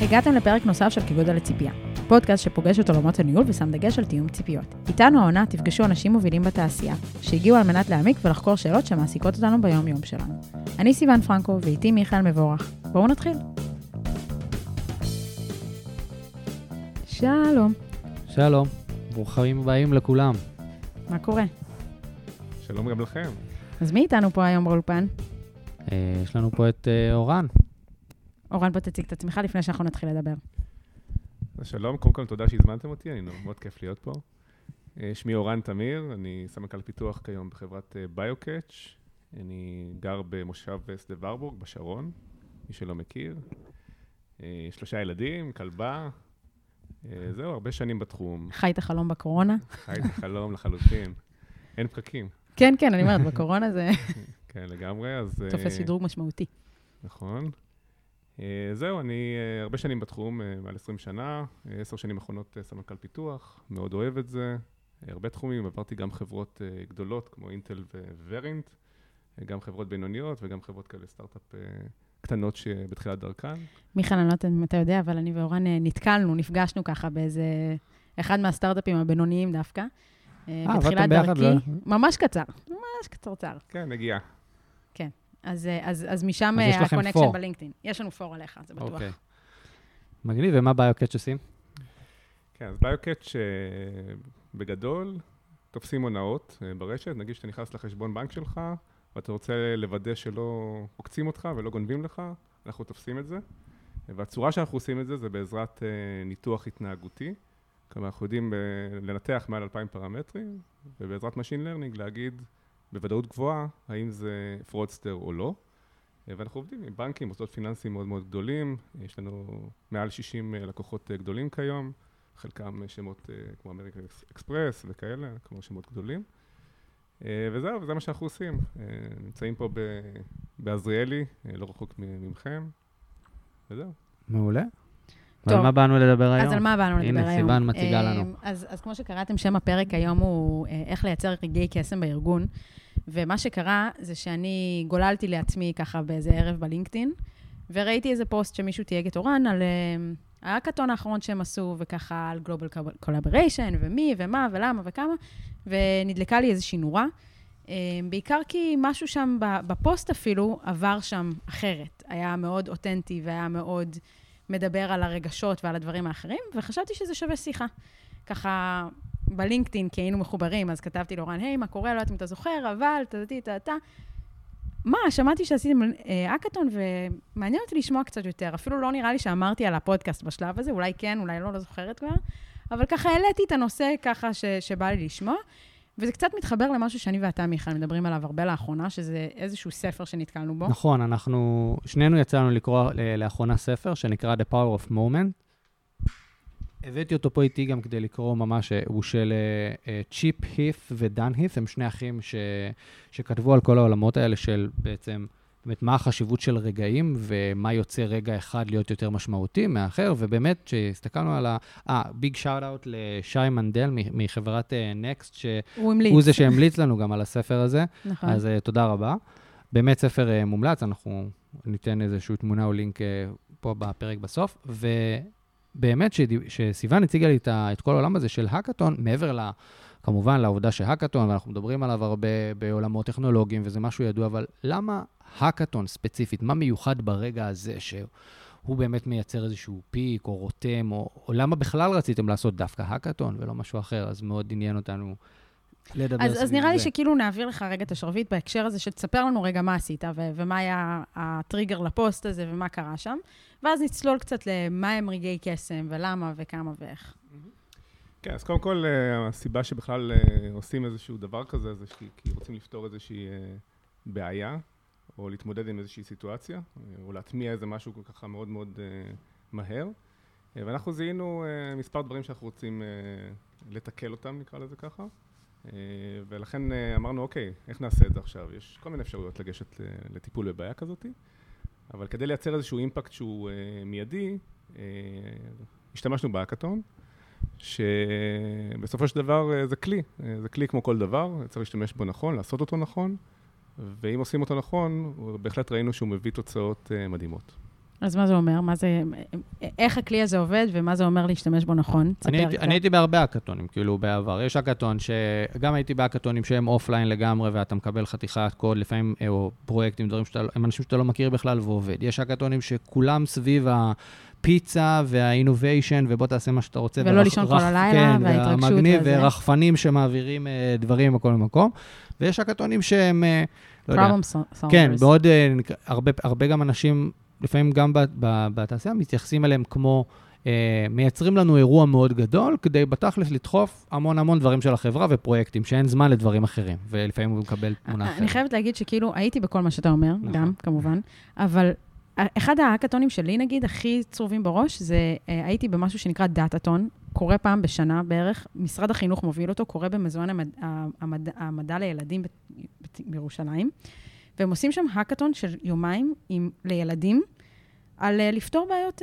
הגעתם לפרק נוסף של כגודל לציפייה, פודקאסט שפוגש את עולמות הניהול ושם דגש על תיאום ציפיות. איתנו העונה תפגשו אנשים מובילים בתעשייה, שהגיעו על מנת להעמיק ולחקור שאלות שמעסיקות אותנו ביום יום שלנו. אני סיוון פרנקו ואיתי מיכאל מבורך. בואו נתחיל. שלום. שלום, ברוכים הבאים לכולם. מה קורה? שלום גם לכם. אז מי איתנו פה היום באולפן? יש לנו פה את אורן. אורן, בוא תציג את עצמך לפני שאנחנו נתחיל לדבר. שלום, קודם כל תודה שהזמנתם אותי, מאוד כיף להיות פה. שמי אורן תמיר, אני סמנכ"ל פיתוח כיום בחברת ביוקאץ'. אני גר במושב שדה ורבורג בשרון, מי שלא מכיר. 3 ילדים, כלבה. זהו, הרבה שנים בתחום. חי את החלום בקורונה? חי את החלום לחלוטין. אין פקקים. כן, אני אומרת, בקורונה זה... כן, לגמרי, אז... תופס שדרוג משמעותי. נכון. זהו, אני הרבה שנים בתחום, מעל 20 שנה, 10 שנים האחרונות סמנכ"ל פיתוח, מאוד אוהב את זה, הרבה תחומים, עברתי גם חברות גדולות כמו אינטל וורינט, גם חברות בינוניות וגם חברות כאלה סטארט-אפ קטנות שבתחילת דרכן. מיכאל, אני לא יודעת אם אתה יודע, אבל אני ואורן נפגשנו ככה באיזה אחד מהסטארט-אפים הבינוניים דווקא. בתחילת דרכי, ממש קצר. כן, נגיע. כן. אז משם הקונקשן בלינקדאין. יש לנו פור עליך, זה בטוח. אוקיי. מגניב, ומה ביוקאץ' עושים? כן, אז ביוקאץ' בגדול, תופסים הונאות ברשת. נגיד שאתה נכנס לחשבון בנק שלך, ואתה רוצה לוודא שלא עוקצים אותך ולא גונבים לך, אנחנו תופסים את זה. והצורה שאנחנו עושים את זה, זה בעזרת ניתוח התנהגותי. כלומר, אנחנו יודעים לנתח מעל 2,000 פרמטרים, ובעזרת Machine Learning להגיד בוודאות גבוהה, האם זה פרודסטר או לא. ואנחנו עובדים עם בנקים, מוסדות פיננסיים מאוד מאוד גדולים. יש לנו מעל 60 לקוחות גדולים כיום, חלקם שמות כמו אמריקן אקספרס וכאלה, כמו שמות גדולים. וזהו, וזה מה שאנחנו עושים. נמצאים פה בעזריאלי, לא רחוק ממכם, וזהו. מעולה. על מה באנו לדבר היום? אז על מה באנו לדבר היום? הנה, סיוון מציגה לנו. אז כמו שקראתם, שם הפרק היום הוא איך לייצר רגעי קסם בארגון, ומה שקרה זה שאני גוללתי לעצמי ככה באיזה ערב בלינקדאין, וראיתי איזה פוסט שמישהו תייג את אורן על ההאקתון האחרון שהם עשו, וככה על Global Collaboration, ומי, ומה, ולמה, וכמה, ונדלקה לי איזושהי נורה. בעיקר כי משהו שם בפוסט אפילו עבר שם אחרת. היה מאוד אותנטי, והיה מאוד מדבר על הרגשות ועל הדברים האחרים, וחשבתי שזה שווה שיחה. ככה בלינקדאין, כי היינו מחוברים, אז כתבתי לאורן, היי, מה קורה? לא יודעת אם אתה זוכר, אבל, אתה. מה, שמעתי שעשיתם האקתון, ומעניין אותי לשמוע קצת יותר. אפילו לא נראה לי שאמרתי על הפודקאסט בשלב הזה, אולי כן, אולי לא זוכרת כבר, אבל ככה העליתי את הנושא ככה שבא לי לשמוע, וזה קצת מתחבר למשהו שאני ואתה, מיכאל, מדברים עליו הרבה לאחרונה, שזה איזשהו ספר שנתקלנו בו. נכון, שנינו יצאנו לקרוא לאחרונה ספר, שנקרא The Power of Moment. הבאתי אותו פה איתי גם כדי לקרוא ממש, הוא של צ'יפ היף ודן היף, הם שני אחים שכתבו על כל העולמות האלה של בעצם, באמת מה החשיבות של רגעים, ומה יוצא רגע אחד להיות יותר משמעותי מאחר, ובאמת שהסתכלנו על ביג שאוט אאוט לשי מנדל מחברת נקסט, שהוא זה שהמליץ לנו גם על הספר הזה, נכון. אז תודה רבה. באמת ספר מומלץ, אנחנו ניתן איזושהי תמונה או לינק פה בפרק בסוף, באמת שסיוון הציגה לי את כל העולם הזה של האקתון, מעבר כמובן לעובדה שהאקתון, ואנחנו מדברים עליו הרבה בעולמות טכנולוגיים, וזה משהו ידוע, אבל למה האקתון ספציפית, מה מיוחד ברגע הזה שהוא באמת מייצר איזשהו פיק או רותם, או למה בכלל רציתם לעשות דווקא האקתון ולא משהו אחר, אז מאוד עניין אותנו לדבר סביב זה. אז נראה לי שכאילו נעביר לך רגע את השרביט בהקשר הזה, שתספר לנו רגע מה עשית, ומה היה הטריגר לפוסט הזה, ומה קרה שם, ואז נצלול קצת למה הם רגעי קסם, ולמה, וכמה, ואיך. כן, אז קודם כל, הסיבה שבכלל עושים איזשהו דבר כזה, זה כי רוצים לפתור איזושהי בעיה, או להתמודד עם איזושהי סיטואציה, או להטמיע איזה משהו ככה מאוד מאוד מהר. ואנחנו זיהינו מספר דברים שאנחנו רוצים לתקל אותם, נקרא לזה ככה. ולכן אמרנו, אוקיי, איך נעשה את זה עכשיו? יש כל מיני אפשרויות לגשת לטיפול בבעיה כזאת, אבל כדי לייצר איזשהו אימפקט שהוא מיידי, השתמשנו בהאקתון, שבסופו של דבר זה כלי כמו כל דבר, צריך להשתמש בו נכון, לעשות אותו נכון, ואם עושים אותו נכון, בהחלט ראינו שהוא מביא תוצאות מדהימות. אז מה זה אומר? איך הכלי הזה עובד ומה זה אומר להשתמש בו נכון? אני הייתי בהרבה הקטונים, כאילו בעבר. יש הקטון שגם הייתי בהקטונים שהם אופליין לגמרי, ואתה מקבל חתיכת קוד, לפעמים, או פרויקטים, דברים הם אנשים שאתה לא מכיר בכלל ועובד. יש הקטונים שכולם סביב הפיצה והאינוביישן, ובוא תעשה מה שאתה רוצה. ולא לישון כל הלילה, וההתרגשות והמגניב, ורחפנים שמעבירים דברים מכל מקום. ויש הקטונים שהם, לא יודע. כן, בעוד הרבה גם אנשים, לפעמים גם בתעשייה, מתייחסים אליהם כמו, מייצרים לנו אירוע מאוד גדול, כדי בתכלס לדחוף המון דברים של החברה ופרויקטים, שאין זמן לדברים אחרים, ולפעמים הוא מקבל תמונה אחרת. אני חייבת להגיד שכאילו, הייתי בכל מה שאתה אומר, גם, כמובן, אבל אחד ההקטונים שלי, נגיד, הכי צרובים בראש, זה הייתי במשהו שנקרא דאטאטון, קורה פעם בשנה בערך, משרד החינוך מוביל אותו, קורה במוזיאון המדע לילדים בירושלים, והם עושים שם הקטון של יומיים לילדים, על לפתור בעיות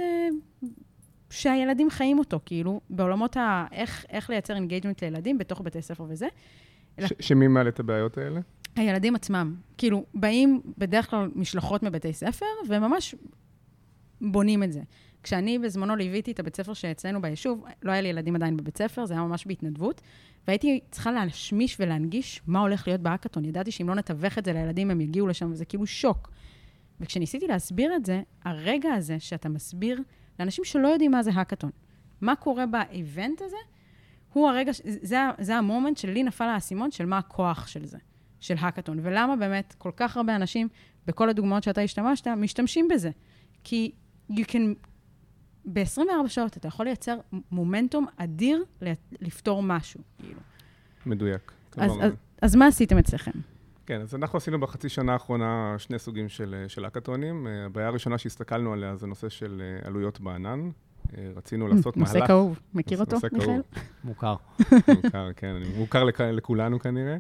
שהילדים חיים אותו, כאילו, בעולמות איך לייצר אינגייג'מנט לילדים בתוך בתי ספר וזה. שמי מעלה את הבעיות האלה? הילדים עצמם. כאילו, באים בדרך כלל משלחות מבתי ספר, וממש בונים את זה. כשאני בזמנו ליוויתי את הבית ספר שאצלנו ביישוב, לא היה לי ילדים עדיין בבית ספר, זה היה ממש בהתנדבות, והייתי צריכה להשמיש ולהנגיש מה הולך להיות בהקטון. ידעתי שאם לא נתווך את זה לילדים, הם יגיעו לשם, וזה כאילו שוק. וכשניסיתי להסביר את זה, הרגע הזה שאתה מסביר לאנשים שלא יודעים מה זה הקטון, מה קורה באיבנט הזה, הוא הרגע, זה המומנט שלי נפל האסימון של מה הכוח של זה, של הקטון, ולמה באמת כל כך הרבה אנשים, בכל הדוגמאות שאתה השתמשת, משתמשים בזה. כי you can, ב-24 שעות אתה יכול לייצר מומנטום אדיר לפתור משהו, כאילו. מדויק. אז מה עשיתם אצלכם? כן, אז אנחנו עשינו בחצי שנה האחרונה שני סוגים של הקטונים. הבעיה הראשונה שהסתכלנו עליה זה נושא של עלויות בענן. רצינו לעשות מהלך... נושא כאוב. מכיר אותו, מיכאל? מוכר. מוכר, כן. מוכר לכולנו כנראה.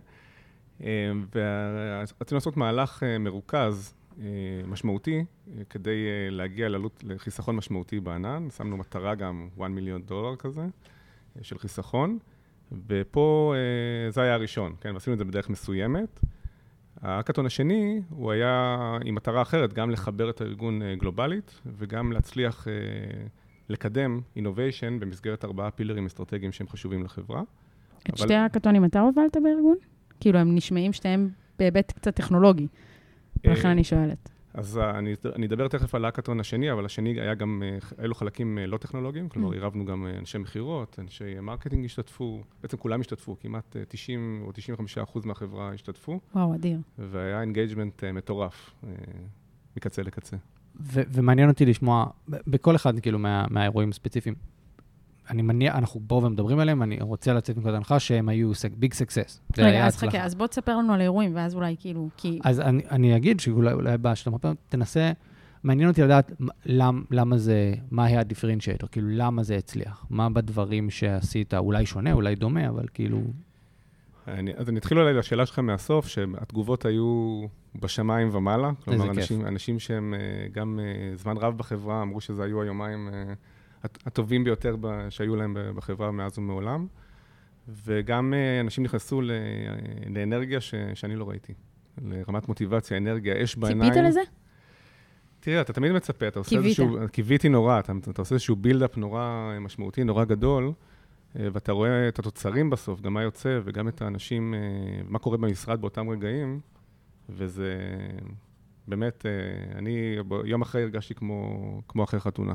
ורצינו לעשות מהלך מרוכז, משמעותי, כדי להגיע לחיסכון משמעותי בענן. שמנו מטרה גם $1 מיליון כזה, של חיסכון. ופה זה היה הראשון, כן? ועשינו את זה בדרך מסוימת. ההקטון השני, הוא היה עם מטרה אחרת, גם לחבר את הארגון גלובלית, וגם להצליח לקדם innovation במסגרת 4 פילרים אסטרטגיים שהם חשובים לחברה. את שתי ההקטונים אתה הובלת בארגון? כאילו, הם נשמעים שתיהם בהיבט קצת טכנולוגי, ולכן אני שואלת. אז אני אדבר תכף על ההקטון השני, אבל השני היה גם, אלו חלקים לא טכנולוגיים, כלומר, עירבנו גם אנשי מחירות, אנשי מרקטינג השתתפו, בעצם כולם השתתפו, כמעט 90 או 95% מהחברה השתתפו. וואו, אדיר. והיה אינגייג'מנט מטורף, מקצה לקצה. ומעניין אותי לשמוע, בכל אחד כאילו מהאירועים הספציפיים, אני מניח, אנחנו פה ומדברים עליהם, אני רוצה לצאת מנקודת הנחה שהם היו ביג סקסס. רגע, אז חכה, אז בוא תספר לנו על האירועים, ואז אולי כאילו, כי... אז אני אגיד שאולי שאתה מפעם, תנסה, מעניין אותי לדעת למה זה, מה היה הדיפרנציאטור, כאילו למה זה הצליח, מה בדברים שעשית, אולי שונה, אולי דומה, אבל כאילו... אז אני אתחיל אולי לשאלה שלך מהסוף, שהתגובות היו בשמיים ומעלה, כלומר, אנשים שהם גם זמן רב בחברה, אמרו שזה היו היומיים הטובים ביותר שהיו להם בחברה מאז ומעולם, וגם אנשים נכנסו לאנרגיה שאני לא ראיתי, לרמת מוטיבציה, אנרגיה, אש בעיניים. ציפית לזה? תראה, אתה תמיד מצפה, אתה עושה איזשהו... קיוויתי נורא, אתה עושה איזשהו בילדאפ נורא משמעותי, נורא גדול, ואתה רואה את התוצרים בסוף, גם מה יוצא, וגם את האנשים, מה קורה במשרד באותם רגעים, וזה באמת, אני יום אחרי הרגשתי כמו אחרי חתונה.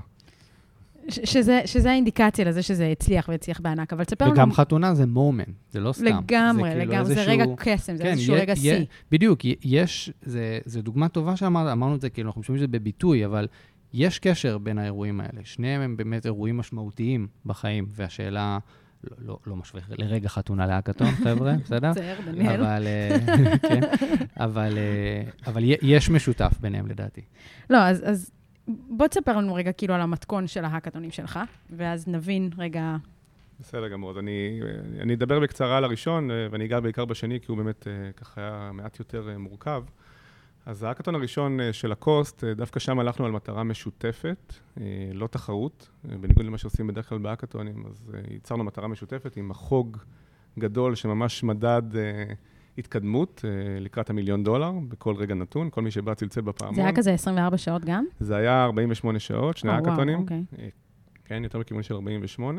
שזה האינדיקציה לזה שזה הצליח והצליח בענק, אבל תספר לנו... וגם חתונה זה מומנט, זה לא סתם. לגמרי, זה רגע קסם, זה איזשהו רגע סי. בדיוק, זה דוגמה טובה שאמרנו את זה, כאילו אנחנו חושבים שזה בביטוי, אבל יש קשר בין האירועים האלה. שניהם הם באמת אירועים משמעותיים בחיים, והשאלה, לא משווה לרגע חתונה להקטון, חבר'ה, בסדר? צער, דניאל. אבל יש משותף ביניהם לדעתי. לא, אז... בוא תספר לנו רגע כאילו על המתכון של ההקטונים שלך, ואז נבין רגע... בסדר גמור, אז אני אדבר בקצרה על הראשון, ואני אגע בעיקר בשני, כי הוא באמת ככה היה מעט יותר מורכב. אז ההקטון הראשון של הקוסט, דווקא שם הלכנו על מטרה משותפת, לא תחרות, בניגוד למה שעושים בדרך כלל בהקטונים, אז ייצרנו מטרה משותפת עם החוג גדול שממש מדד התקדמות לקראת $1 מיליון בכל רגע נתון, כל מי שבא צלצל בפעמון. זה היה כזה 24 שעות גם? זה היה 48 שעות, שני האקתונים. אוקיי. כן, יותר בכיוון של 48.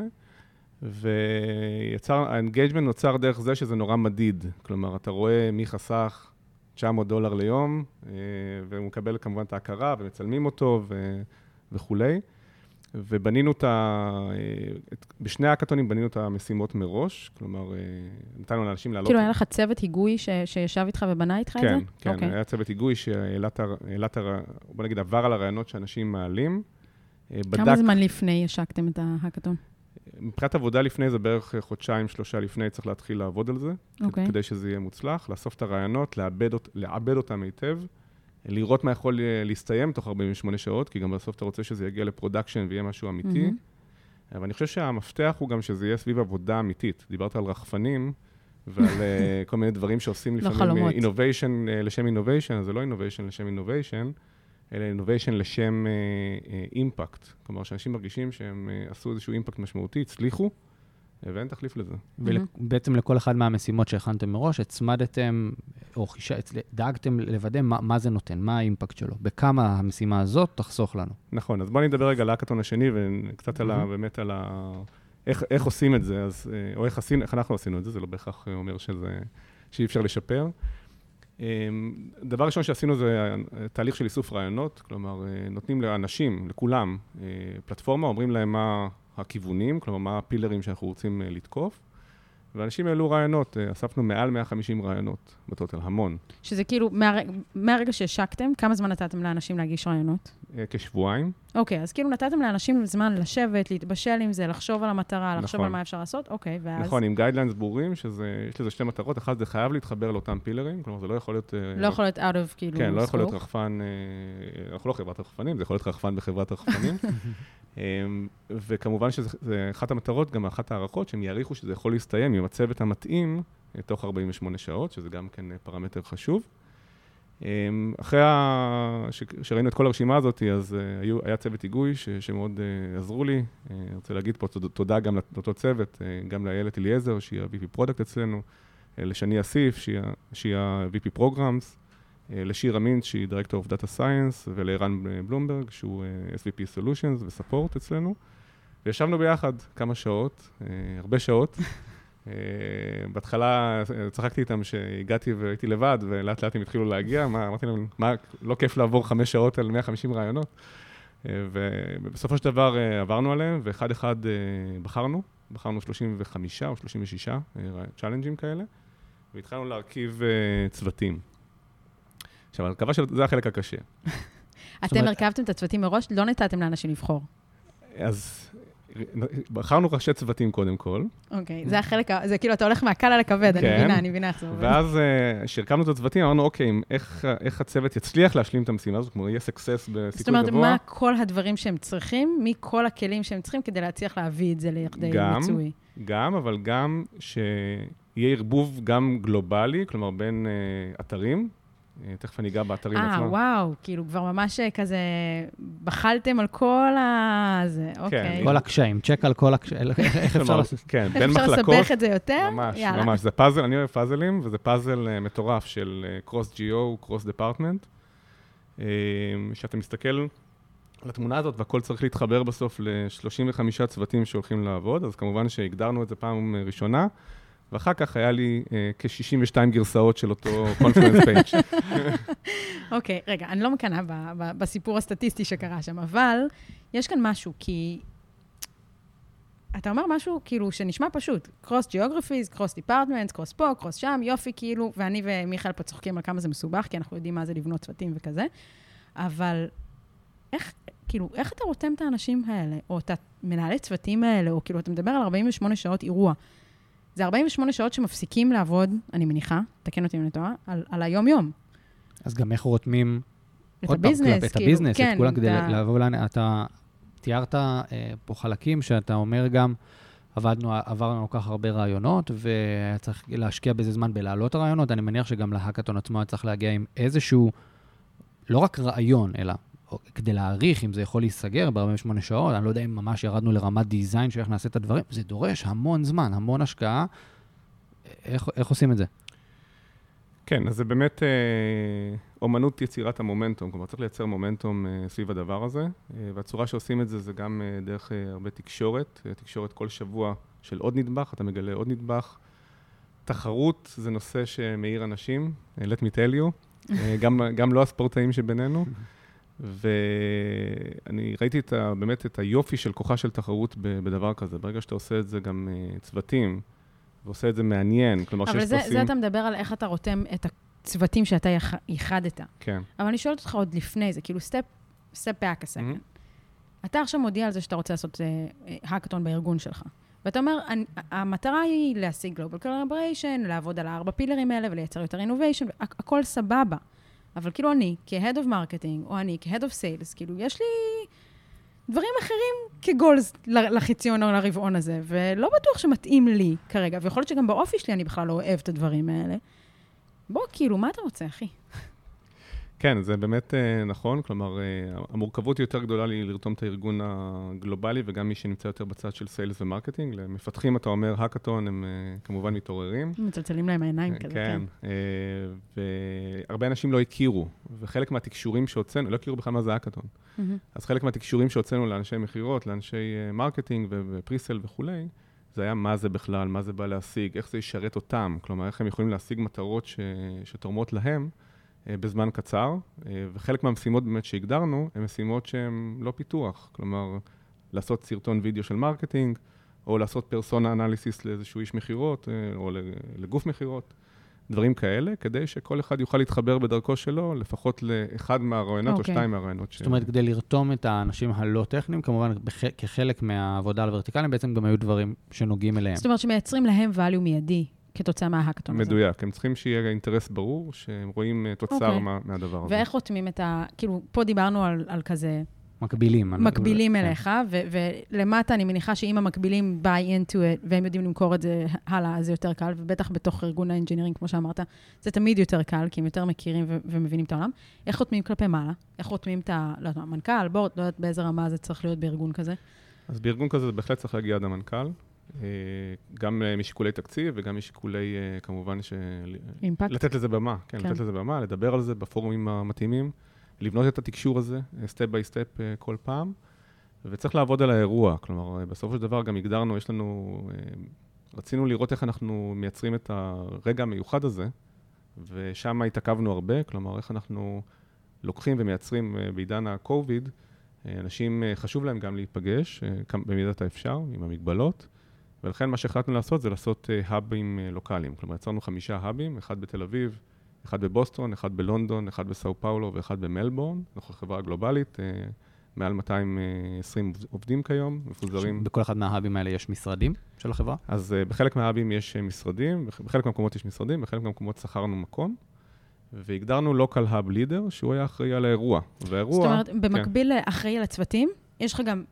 והאנגייג'מנט נוצר דרך זה שזה נורא מדיד. כלומר, אתה רואה מי חסך $900 ליום, והוא מקבל כמובן את ההכרה, ומצלמים אותו וכולי. ובנינו בשני האקתונים בנינו את המשימות מראש, כלומר, נתנו לאנשים לעלות. כאילו היה לך צוות היגוי שישב איתך ובנה איתך את זה? כן, כן, היה צוות היגוי בוא נגיד, עבר על הרעיונות שאנשים מעלים. כמה זמן לפני השקתם את ההאקתון? מבחינת עבודה לפני זה בערך חודשיים, 3 לפני, צריך להתחיל לעבוד על זה, כדי שזה יהיה מוצלח, לאסוף את הרעיונות, לעבד אותם היטב, לראות מה יכול להסתיים תוך 48 שעות, כי גם בסוף אתה רוצה שזה יגיע לפרודקשן ויהיה משהו אמיתי. אבל אני חושב שהמפתח הוא גם שזה יהיה סביב עבודה אמיתית. דיברת על רחפנים ועל כל מיני דברים שעושים לפעמים innovation לשם innovation, אז זה לא innovation לשם innovation, אלא innovation לשם impact. כלומר, שאנשים מרגישים שהם עשו איזשהו impact משמעותי, הצליחו, ואין תחליף לזה. ובעצם לכל אחד מהמשימות שהכנתם מראש, הצמדתם, או דאגתם לוודא מה זה נותן, מה האימפקט שלו, בכמה המשימה הזאת תחסוך לנו. נכון, אז בוא נדבר רגע על ההאקתון השני, וקצת באמת על איך עושים את זה, או איך אנחנו עשינו את זה, זה לא בהכרח אומר שאי אפשר לשפר. דבר ראשון שעשינו זה תהליך של איסוף רעיונות, כלומר, נותנים לאנשים, לכולם, פלטפורמה, אומרים להם מה הכיוונים, כלומר, מה הפילרים שאנחנו רוצים לתקוף, ואנשים העלו רעיונות, אספנו מעל 150 רעיונות בטוטל, המון. שזה כאילו, מהרגע שהשקתם, כמה זמן נתתם לאנשים להגיש רעיונות? כשבועיים. אוקיי, אז כאילו נתתם לאנשים זמן לשבת, להתבשל עם זה, לחשוב על המטרה, לחשוב על מה אפשר לעשות, אוקיי, ואז... נכון, עם גיידליינס ברורים, יש לזה 2 מטרות, אחת זה חייב להתחבר לאותם פילרים, כלומר, זה לא יכול להיות... לא יכול להיות out of, כאילו, כן, לא יכול להיות רחפן, אנחנו לא חברת רחפנים, זה יכול להיות רחפן בחברת רחפנים. וכמובן שזה אחת המטרות, גם אחת הערכות, שהם יעריכו שזה יכול להסתיים עם הצוות המתאים תוך 48 שעות, שזה גם כן פרמטר חשוב. אחרי שראינו את כל הרשימה הזאת, אז היה צוות היגוי שמאוד עזרו לי. אני רוצה להגיד פה תודה גם לאותו צוות, גם לאיילת אליעזר, שהיא ה-VP Product אצלנו, לשני אסיף, שהיא ה-VP Programs, לשיר אמין, שהיא Director of Data Science, ולערן בלומברג, שהוא SVP Solutions ו-Support אצלנו. וישבנו ביחד כמה שעות, הרבה שעות. בהתחלה צחקתי איתם שהגעתי והייתי לבד, ולאט לאט הם התחילו להגיע. אמרתי להם, לא כיף לעבור 5 שעות על 150 רעיונות. ובסופו של דבר עברנו עליהם, ואחד אחד בחרנו 35 או 36 צ'אלנג'ים כאלה, והתחלנו להרכיב צוותים. עכשיו, הרכבה זה החלק הקשה. אתם הרכבתם את הצוותים מראש, לא נתתם לאנשים לבחור. אז בחרנו ראשי צוותים קודם כל. אוקיי, זה החלק, זה כאילו אתה הולך מהקל על הכבד, אני מבינה איך זה עובד. ואז כשהרכבנו את הצוותים, אמרנו, אוקיי, איך הצוות יצליח להשלים את המשימה הזאת, כמו יהיה סקסס בסיכוי גבוה. זאת אומרת, מה כל הדברים שהם צריכים, מכל הכלים שהם צריכים, כדי להצליח להביא את זה לידי מיצוי. אבל גם שיהיה ערבוב גם גלובלי, כלומר בין אתרים, תכף אני אגע באתרים עצמם. וואו, כאילו כבר ממש כזה, בחלתם על כל זה, אוקיי. כל הקשיים, צ'ק על כל הקשיים, איך אפשר לעשות? כן, בין מחלקות. לסבך את זה יותר? ממש, זה פאזל, אני אוהב פאזלים, וזה פאזל מטורף של Cross-GO, Cross-Department, שאתה מסתכל על התמונה הזאת, והכל צריך להתחבר בסוף ל-35 צוותים שהולכים לעבוד, אז כמובן שהגדרנו את זה פעם ראשונה, ואחר כך היה לי כ-62 גרסאות של אותו קונפרנס פייג'. אוקיי, רגע, אני לא מקנה בסיפור הסטטיסטי שקרה שם, אבל יש כאן משהו, כי אתה אומר משהו כאילו שנשמע פשוט, קרוס גיאוגרפיז, קרוס דיפרטמנט, קרוס פה, קרוס שם, יופי כאילו, ואני ומיכאל פה צוחקים על כמה זה מסובך, כי אנחנו יודעים מה זה לבנות צוותים וכזה, אבל איך אתה רותם את האנשים האלה, או אתה מנהלי צוותים האלה, או כאילו אתה מדבר על 48 שעות אירוע, זה 48 שעות שמפסיקים לעבוד, אני מניחה, תקן אותי אם אני טועה, על היום-יום. אז גם איך רותמים את הביזנס, את הביזנס, את כולם כדי לעבור לנו, אתה תיארת פה חלקים שאתה אומר גם, עברנו כל כך הרבה רעיונות, וצריך להשקיע בזה זמן בלהעלות הרעיונות, אני מניח שגם להאקתון עצמו צריך להגיע עם איזשהו, לא רק רעיון, אלא כדי להעריך אם זה יכול להיסגר ב-48 שעות, אני לא יודע אם ממש ירדנו לרמת דיזיין שאיך נעשה את הדברים, זה דורש המון זמן, המון השקעה. איך עושים את זה? כן, אז זה באמת אומנות יצירת המומנטום, כלומר צריך לייצר מומנטום סביב הדבר הזה, והצורה שעושים את זה זה גם דרך הרבה תקשורת, תקשורת כל שבוע של עוד נדבך, אתה מגלה עוד נדבך. תחרות זה נושא שמאיר אנשים, let me tell you, גם לא הספורטאים שבינינו, ואני ראיתי באמת את היופי של כוחה של תחרות בדבר כזה, ברגע שאתה עושה את זה גם צוותים, ועושה את זה מעניין, כלומר אבל זה אתה מדבר על איך אתה רותם את הצוותים שאתה ייחדת. כן. אבל אני שואלת אותך עוד לפני זה, כאילו step back a second. אתה עכשיו מודיע על זה שאתה רוצה לעשות האקתון בארגון שלך. ואתה אומר, המטרה היא להשיג Global Collaboration, לעבוד על 4 פילרים האלה ולייצר יותר innovation, הכל סבבה. אבל כאילו אני, כ-Head of Marketing, או אני, כ-Head of Sales, כאילו יש לי דברים אחרים כגולס לחציון או לרבעון הזה, ולא בטוח שמתאים לי כרגע, ויכול להיות שגם באופי שלי אני בכלל לא אוהב את הדברים האלה. בוא, כאילו, מה אתה רוצה, אחי? כן, זה באמת נכון, כלומר, המורכבות יותר גדולה לי לרתום את הארגון הגלובלי, וגם מי שנמצא יותר בצד של סיילס ומרקטינג. למפתחים, אתה אומר, האקתון, הם כמובן מתעוררים. מצלצלים להם העיניים כזה, כן. והרבה אנשים לא הכירו, וחלק מהתקשורים שהוצאנו, לא הכירו בכלל מה זה האקתון. אז חלק מהתקשורים שהוצאנו לאנשי מחירות, לאנשי מרקטינג ופריסל וכולי, זה היה מה זה בכלל, מה זה בא להשיג, איך זה ישרת אותם, כלומר, איך הם יכולים להשיג מטרות שתורמות להם, בזמן קצר, וחלק מהמשימות באמת שהגדרנו, הן משימות שהן לא פיתוח, כלומר, לעשות סרטון וידאו של מרקטינג, או לעשות פרסונה אנליסיס לאיזשהו איש מחירות, או לגוף מחירות, דברים כאלה, כדי שכל אחד יוכל להתחבר בדרכו שלו, לפחות לאחד מהרעיונות או 2 מהרעיונות. זאת אומרת, כדי לרתום את האנשים הלא טכניים, כמובן, כחלק מהעבודה על הוורטיקלים, בעצם גם היו דברים שנוגעים אליהם. זאת אומרת, שמייצרים להם value מיידי. כתוצאה מההאקתון הזה. מדויק, הם צריכים שיהיה אינטרס ברור, שהם רואים תוצר מהדבר הזה. ואיך חותמים את כאילו, פה דיברנו על כזה... מקבילים אליך, ולמטה אני מניחה שאם המקבילים buy into it, והם יודעים למכור את זה הלאה, זה יותר קל, ובטח בתוך ארגון האנג'ינירינג, כמו שאמרת, זה תמיד יותר קל, כי הם יותר מכירים ומבינים את העולם. איך חותמים כלפי מעלה? איך חותמים את המנכ"ל, בורד, לא יודעת באיזה רמה זה צריך להיות בארגון כזה? אז בארגון כזה בהחלט צריך להגיע עד המנכ"ל, גם משיקולי תקציב וגם משיקולי, כמובן, אימפקט. לתת לזה במה, כן, לתת לזה במה, לדבר על זה בפורומים המתאימים, לבנות את התקשור הזה, סטפ ביי סטפ כל פעם, וצריך לעבוד על האירוע, כלומר, בסופו של דבר גם הגדרנו, רצינו לראות איך אנחנו מייצרים את הרגע המיוחד הזה, ושם התעכבנו הרבה, כלומר, איך אנחנו לוקחים ומייצרים בעידן הקוביד, אנשים חשוב להם גם להיפגש, במידת האפשר, עם המגבלות, ולכן מה שהחלטנו לעשות זה לעשות האבים לוקליים. כלומר, יצרנו 5 האבים, 1 בתל אביב, 1 בבוסטון, 1 בלונדון, 1 בסאו פאולו ו1 במלבורן. אנחנו חברה גלובלית, מעל 220 עובדים כיום, מפוזרים. בכל אחד מההאבים האלה יש משרדים של החברה? אז בחלק מההאבים יש משרדים, בחלק מהמקומות יש משרדים, בחלק מהמקומות שכרנו מקום, והגדרנו local hub leader, שהוא היה אחראי על האירוע. זאת אומרת, במקביל לאחראי על הצוותים, יש לך גם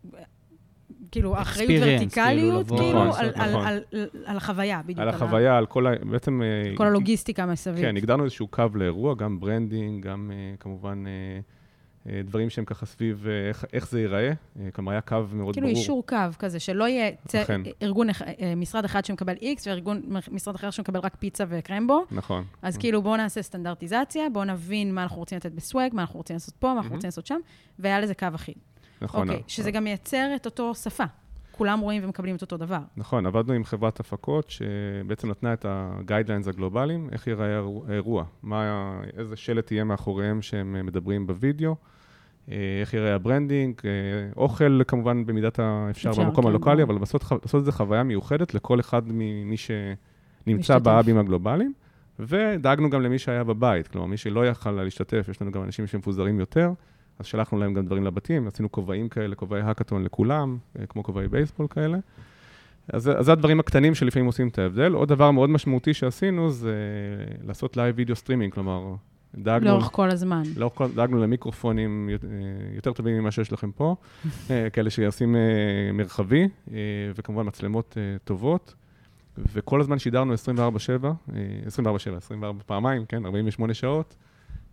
כאילו, אחריות ורטיקליות, כאילו, על החוויה, בדיוק. על החוויה, על כל בעצם... כל הלוגיסטיקה מסביב. כן, הגדרנו איזשהו קו לאירוע, גם ברנדינג, גם כמובן דברים שהם ככה סביב איך זה ייראה. כלומר, היה קו מאוד ברור. כאילו, אישור קו כזה, שלא יהיה ארגון, משרד אחד שמקבל X, וארגון, משרד אחר שמקבל רק פיצה וקרמבו. נכון. אז כאילו, בואו נעשה סטנדרטיזציה, בואו נבין מה אנחנו רוצים לתת בסווג, מה אנחנו רוצים לעשות פה, מה אנחנו רוצים לעשות שם, והיה לזה קו אחיד. נכון. אוקיי, שזה גם מייצר את אותו שפה. כולם רואים ומקבלים את אותו דבר. נכון, עבדנו עם חברת הפקות שבעצם נתנה את ה-guidelines הגלובליים, איך ייראה האירוע, איזה שלט יהיה מאחוריהם שהם מדברים בווידאו, איך ייראה הברנדינג, אוכל כמובן במידת האפשר במקום הלוקלי, אבל לעשות את זה חוויה מיוחדת לכל אחד ממי שנמצא בהאבים הגלובליים, ודאגנו גם למי שהיה בבית, כלומר מי שלא יכל להשתתף, יש לנו גם אנשים שמפוזרים יותר, אז שלחנו להם גם דברים לבתים, עשינו כובעים כאלה, כובעי האקתון לכולם, כמו כובעי בייסבול כאלה. אז זה הדברים הקטנים שלפעמים עושים את ההבדל. עוד דבר מאוד משמעותי שעשינו זה לעשות לייב וידאו סטרימינג, כלומר, דאגנו... לאורך כל הזמן. דאגנו למיקרופונים יותר טובים ממה שיש לכם פה, כאלה שעושים מרחבי, וכמובן מצלמות טובות, וכל הזמן שידרנו 24 פעמיים, כן, 48 שעות,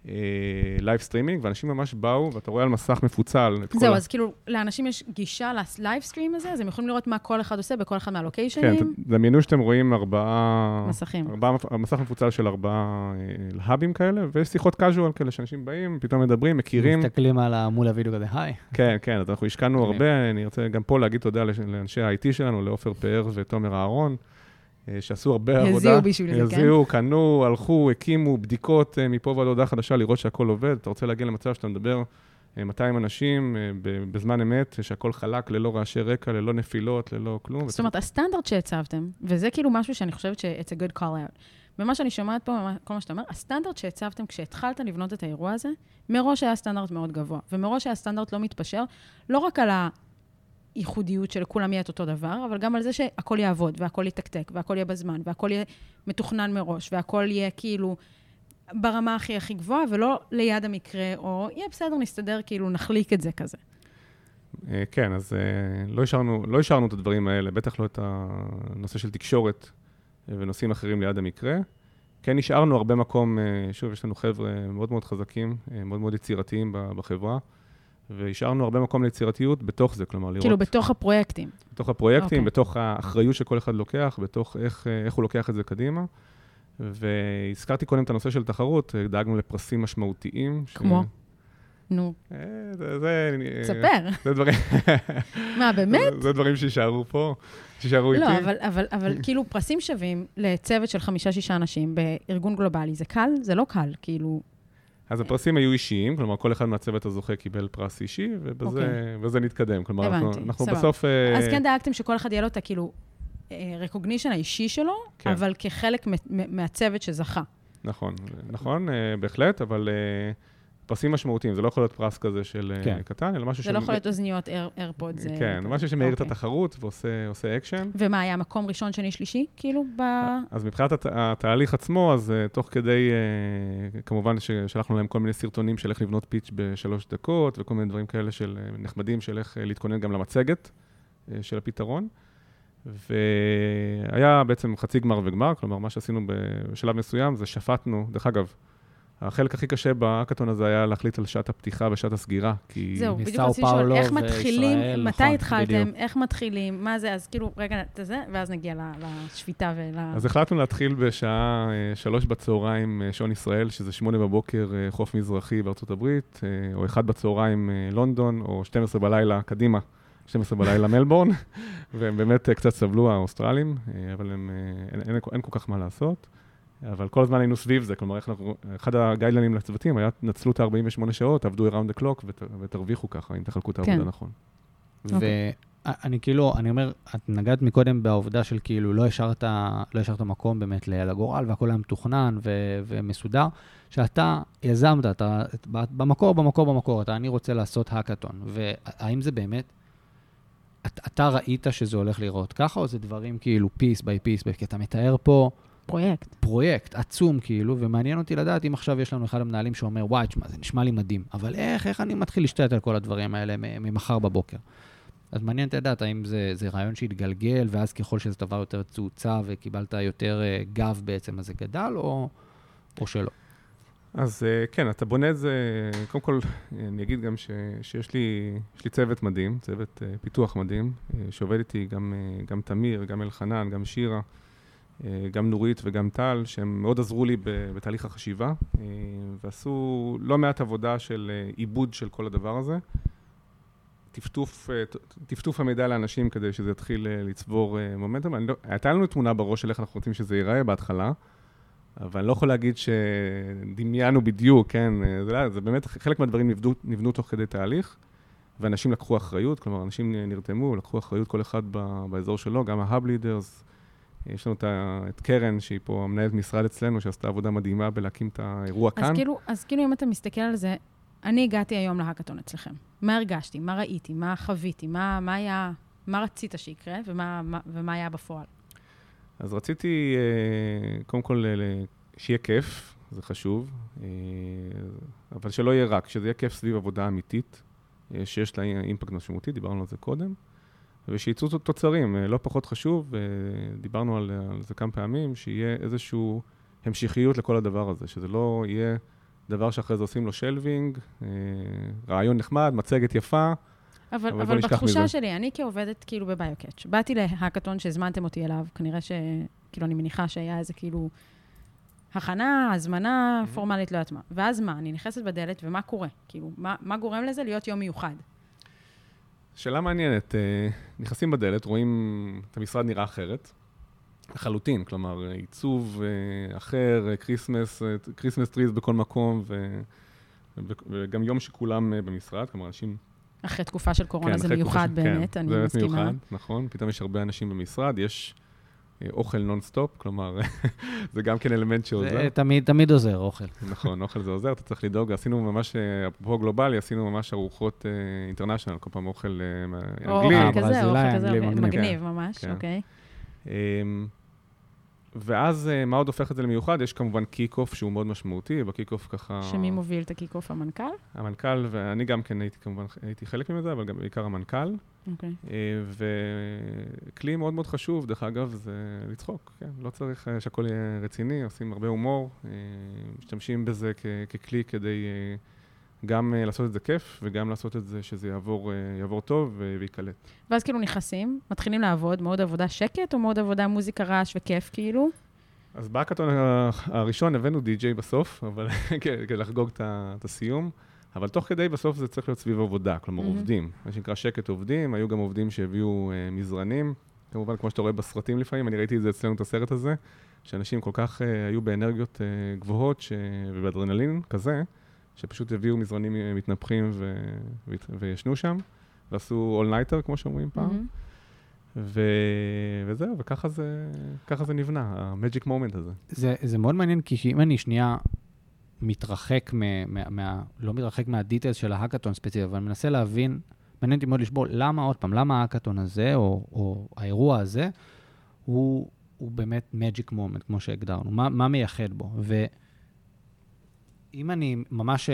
לייב סטרימינג, ואנשים ממש באו, ואתה רואה על מסך מפוצל. זהו, אז כאילו, לאנשים יש גישה ללייב סטרים הזה, אז הם יכולים לראות מה כל אחד עושה בכל אחד מהלוקיישנים. כן, דמיינו שאתם רואים מסכים. מסך מפוצל של 4 האבים כאלה, ויש שיחות קאז'ואל כאלה, שאנשים באים, פתאום מדברים, מכירים. מסתכלים מול הוידאו כזה, היי. כן, כן, אז אנחנו השקענו הרבה, אני רוצה גם פה להגיד תודה לאנשי ה-IT שלנו, לעופר פאר ותומר אהרון, שעשו הרבה עבודה. הזיעו בשביל זה, כן? הזיעו, קנו, הלכו, הקימו בדיקות מפה ועד הודעה חדשה, לראות שהכל עובד. אתה רוצה להגיע למצב שאתה מדבר 200 אנשים בזמן אמת, שהכל חלק, ללא רעשי רקע, ללא נפילות, ללא כלום. זאת אומרת, הסטנדרט שהצבתם, וזה כאילו משהו שאני חושבת ש-it's a good call out. ומה שאני שומעת פה, כל מה שאתה אומר, הסטנדרט שהצבתם כשהתחלת לבנות את האירוע הזה, מראש היה סטנדרט מאוד גבוה, ומראש היה סטנדרט לא מתפשר, לא רק על ייחודיות של כולם יהיה את אותו דבר, אבל גם על זה שהכל יעבוד, והכל יתקתק, והכל יהיה בזמן, והכל יהיה מתוכנן מראש, והכל יהיה כאילו ברמה הכי גבוהה, ולא ליד המקרה, או יהיה בסדר, נסתדר, כאילו נחליק את זה כזה. כן, אז לא השארנו את הדברים האלה, בטח לא את הנושא של תקשורת ונושאים אחרים ליד המקרה. כן, נשארנו הרבה מקום, שוב, יש לנו חבר'ה מאוד מאוד חזקים, מאוד מאוד יצירתיים בחברה, והשארנו הרבה מקום ליצירתיות בתוך זה, כלומר, לראות... כאילו, בתוך הפרויקטים. בתוך הפרויקטים, בתוך האחריות שכל אחד לוקח, בתוך איך הוא לוקח את זה קדימה. והזכרתי קודם את הנושא של תחרות, דאגנו לפרסים משמעותיים. כמו? נו. ספר. זה דברים... מה, באמת? זה דברים שישארו פה, שישארו איתי. לא, אבל כאילו פרסים שווים לצוות של 5-6 אנשים בארגון גלובלי, זה קל? זה לא קל, כאילו... אז הפרסים היו אישיים, כלומר, כל אחד מהצוות הזוכה קיבל פרס אישי, ובזה נתקדם. כלומר, אנחנו בסוף... אז כן דאגתם שכל אחד יהיה לו את הכאילו recognition האישי שלו, אבל כחלק מהצוות שזכה. נכון, בהחלט, אבל פרסים משמעותיים, זה לא יכול להיות פרס כזה של קטן, אלא משהו זה לא יכול להיות אוזניות איירפודס. כן, משהו שמאיר את התחרות ועושה אקשן. ומה היה, מקום ראשון, שני, שלישי, כאילו אז מבחינת התהליך עצמו, אז תוך כדי, כמובן ששלחנו להם כל מיני סרטונים של איך לבנות פיץ' ב3 דקות, וכל מיני דברים כאלה של נחמדים של איך להתכונן גם למצגת של הפתרון. והיה בעצם חצי גמר וגמר, כלומר, מה שעשינו בשלב מסוים, זה שפטנו, דרך אגב, החלק הכי קשה בהאקתון הזה היה להחליט על שעת הפתיחה ושעת הסגירה, כי... זהו, בדיוק רציתי לשאול, איך מתחילים, מתי התחלתם, איך מתחילים, מה זה, אז כאילו, רגע, זה, ואז נגיע לשפיטה אז החלטנו להתחיל בשעה 3 בצהריים שעון ישראל, שזה 8 בבוקר חוף מזרחי בארצות הברית, או 1 בצהריים לונדון, או 12 בלילה קדימה, 12 בלילה מלבורן, והם באמת קצת סבלו האוסטרלים, אבל אין כל כך מה לעשות. אבל כל הזמן היינו סביב זה, כלומר, אחד הגיידלינים לצוותים היה, נצלו את 48 שעות, עבדו around the clock, ותרוויחו ככה, אם תחלקו את העבודה נכון. ואני כאילו, אני אומר, את נגעת מקודם בעובדה של כאילו, לא השארת מקום באמת ליד הגורל, והכל היה מתוכנן ומסודר, שאתה יזמת, אתה במקור, אני רוצה לעשות האקתון, והאם זה באמת, אתה ראית שזה הולך לראות ככה, או זה דברים כאילו פיס ביי פיס, כי אתה מתאר פה, פרויקט עצום כאילו, ומעניין אותי לדעת אם עכשיו יש לנו אחד המנהלים שאומר, וואי, זה נשמע לי מדהים, אבל איך אני מתחיל להשתלט על כל הדברים האלה ממחר בבוקר? אז מעניין לדעת האם זה רעיון שהתגלגל, ואז ככל שזה דבר יותר צוצה וקיבלת יותר גב בעצם, אז זה גדל או שלא? אז כן, אתה בונה את זה, קודם כל אני אגיד גם שיש לי צוות מדהים, צוות פיתוח מדהים, שעובד איתי גם תמיר, גם אלחנן, גם שירה, גם נורית וגם טל, שהם מאוד עזרו לי בתהליך החשיבה, ועשו לא מעט עבודה של עיבוד של כל הדבר הזה. טפטוף המידע לאנשים כדי שזה יתחיל לצבור מומנטום. הייתה לנו תמונה בראש של איך אנחנו רוצים שזה ייראה בהתחלה, אבל אני לא יכול להגיד שדמיינו בדיוק, כן? זה באמת, חלק מהדברים נבנו תוך כדי תהליך, ואנשים לקחו אחריות, כלומר, אנשים נרתמו, לקחו אחריות כל אחד באזור שלו, גם ה-Hub Leaders, יש לנו את קרן, שהיא פה המנהלת משרד אצלנו, שעשתה עבודה מדהימה בלהקים את האירוע כאן. אז כאילו, אם אתה מסתכל על זה, אני הגעתי היום להאקתון אצלכם. מה הרגשתי? מה ראיתי? מה חוויתי? מה רצית שיקרה? ומה היה בפועל? אז רציתי, קודם כל, שיהיה כיף, זה חשוב, אבל שלא יהיה רק, שזה יהיה כיף סביב עבודה אמיתית, שיש לה אימפקט משמעותי, דיברנו על זה קודם, ושיצאו תוצרים, לא פחות חשוב, דיברנו על זה כמה פעמים, שיהיה איזושהי המשכיות לכל הדבר הזה, שזה לא יהיה דבר שאחרי זה עושים לו שלווינג, רעיון נחמד, מצגת יפה, אבל בתחושה שלי, אני כעובדת כאילו בביוקאץ', באתי להאקתון שהזמנתם אותי אליו, כנראה שכאילו אני מניחה שהיה איזה כאילו הכנה, הזמנה, פורמלית, לא יודעת מה. ואז מה? אני נכנסת בדלת, ומה קורה? כאילו, מה גורם לזה להיות יום מיוחד? שאלה מעניינת, נכנסים בדלת, רואים את המשרד נראה אחרת, לחלוטין, כלומר, עיצוב אחר, קריסמס טריז בכל מקום, וגם יום שכולם במשרד, כלומר, אנשים... אחרי תקופה של קורונה זה מיוחד באמת, אני מסכימה. זה מיוחד, נכון, פתאום יש הרבה אנשים במשרד, יש אוכל נונסטופ, כלומר, זה גם כן אלמנט שעוזר. זה תמיד עוזר, אוכל. נכון, אוכל זה עוזר, אתה צריך לדאוג, עשינו ממש, אפרופו גלובלי, עשינו ממש ארוחות אינטרנשיונל, כל פעם אוכל אנגלי. אוכל כזה, מגניב ממש, אוקיי. ואז מה עוד הופך את זה למיוחד? יש כמובן קיק-אוף שהוא מאוד משמעותי, בקיק-אוף ככה... שמי מוביל את הקיק-אוף? המנכ"ל? המנכ"ל, ואני גם כן הייתי חלק מזה, אבל גם בעיקר המנכ"ל. אוקיי. וכלי מאוד מאוד חשוב, דרך אגב, זה לצחוק, כן? לא צריך שהכל יהיה רציני, עושים הרבה הומור, משתמשים בזה ככלי כדי גם לעשות את זה כיף, וגם לעשות את זה שזה יעבור טוב ויקלט. ואז כאילו נכנסים, מתחילים לעבוד, מאוד עבודה שקט, או מאוד עבודה מוזיקה, רעש וכיף כאילו? אז בהאקתון הראשון הבאנו די-ג'יי בסוף, אבל כדי לחגוג את הסיום, אבל תוך כדי בסוף זה צריך להיות סביב עבודה, כלומר עובדים. מה שנקרא שקט עובדים, היו גם עובדים שהביאו מזרנים, כמובן כמו שאתה רואה בסרטים לפעמים, אני ראיתי את זה אצלנו את הסרט הזה, שאנשים כל כך היו באנרגיות גבוהות ובאדרנלין כזה, שפשוט הביאו מזרנים מתנפחים וישנו שם, ועשו all-nighter, כמו שאומרים פעם. וזהו, וככה זה נבנה, ה-magic moment הזה. זה מאוד מעניין, כי אם אני שנייה מתרחק לא מתרחק מהדיטלס של ההאקתון ספציפי, אבל אני מנסה להבין, מעניין אותי מאוד לשבור, למה ההאקתון הזה, או האירוע הזה, הוא באמת magic moment, כמו שהגדרנו, מה מייחד בו? אם אני ממש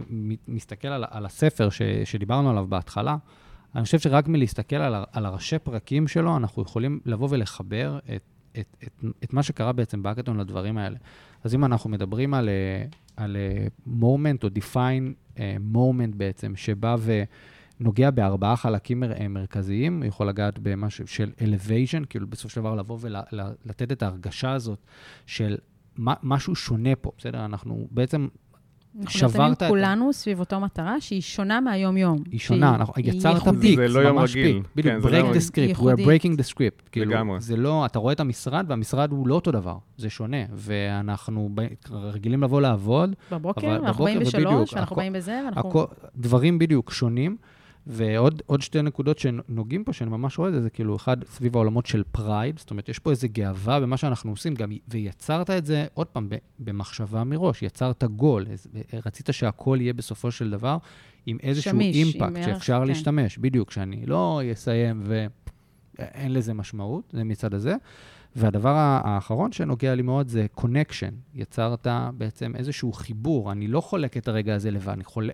מסתכל על הספר שדיברנו עליו בהתחלה, אני חושב שרק מלהסתכל על הראשי פרקים שלו, אנחנו יכולים לבוא ולחבר את מה שקרה בעצם בהאקתון לדברים האלה. אז אם אנחנו מדברים על moment או define moment בעצם, שבא ונוגע בארבעה חלקים מרכזיים, יכול לגעת במשהו של elevation, כאילו בסוף של דבר לבוא ולתת את ההרגשה הזאת של משהו שונה פה, בסדר? אנחנו בעצם אנחנו נתנים כולנו סביב אותו מטרה, שהיא שונה מהיום-יום. היא שונה, יצרת פיק, זה לא יום רגיל. בדיוק, break the script, we're breaking the script. לגמרי. זה לא, אתה רואה את המשרד, והמשרד הוא לא אותו דבר, זה שונה, ואנחנו רגילים לבוא לעבוד. בבוקר, אנחנו באים בשלוש, ואנחנו באים בזה, ואנחנו... דברים בדיוק שונים, ועוד שתי נקודות שנוגעים פה, שאני ממש רואה את זה, זה כאילו אחד סביב העולמות של פרייד, זאת אומרת, יש פה איזו גאווה במה שאנחנו עושים, גם, ויצרת את זה עוד פעם במחשבה מראש, יצרת גול, רצית שהכל יהיה בסופו של דבר, עם איזשהו אימפקט שאפשר להשתמש, בדיוק, שאני לא אסיים ואין לזה משמעות, זה מצד הזה. והדבר האחרון שנוגע לי מאוד זה connection. יצרת בעצם איזשהו חיבור. אני לא חולק את הרגע הזה לבד.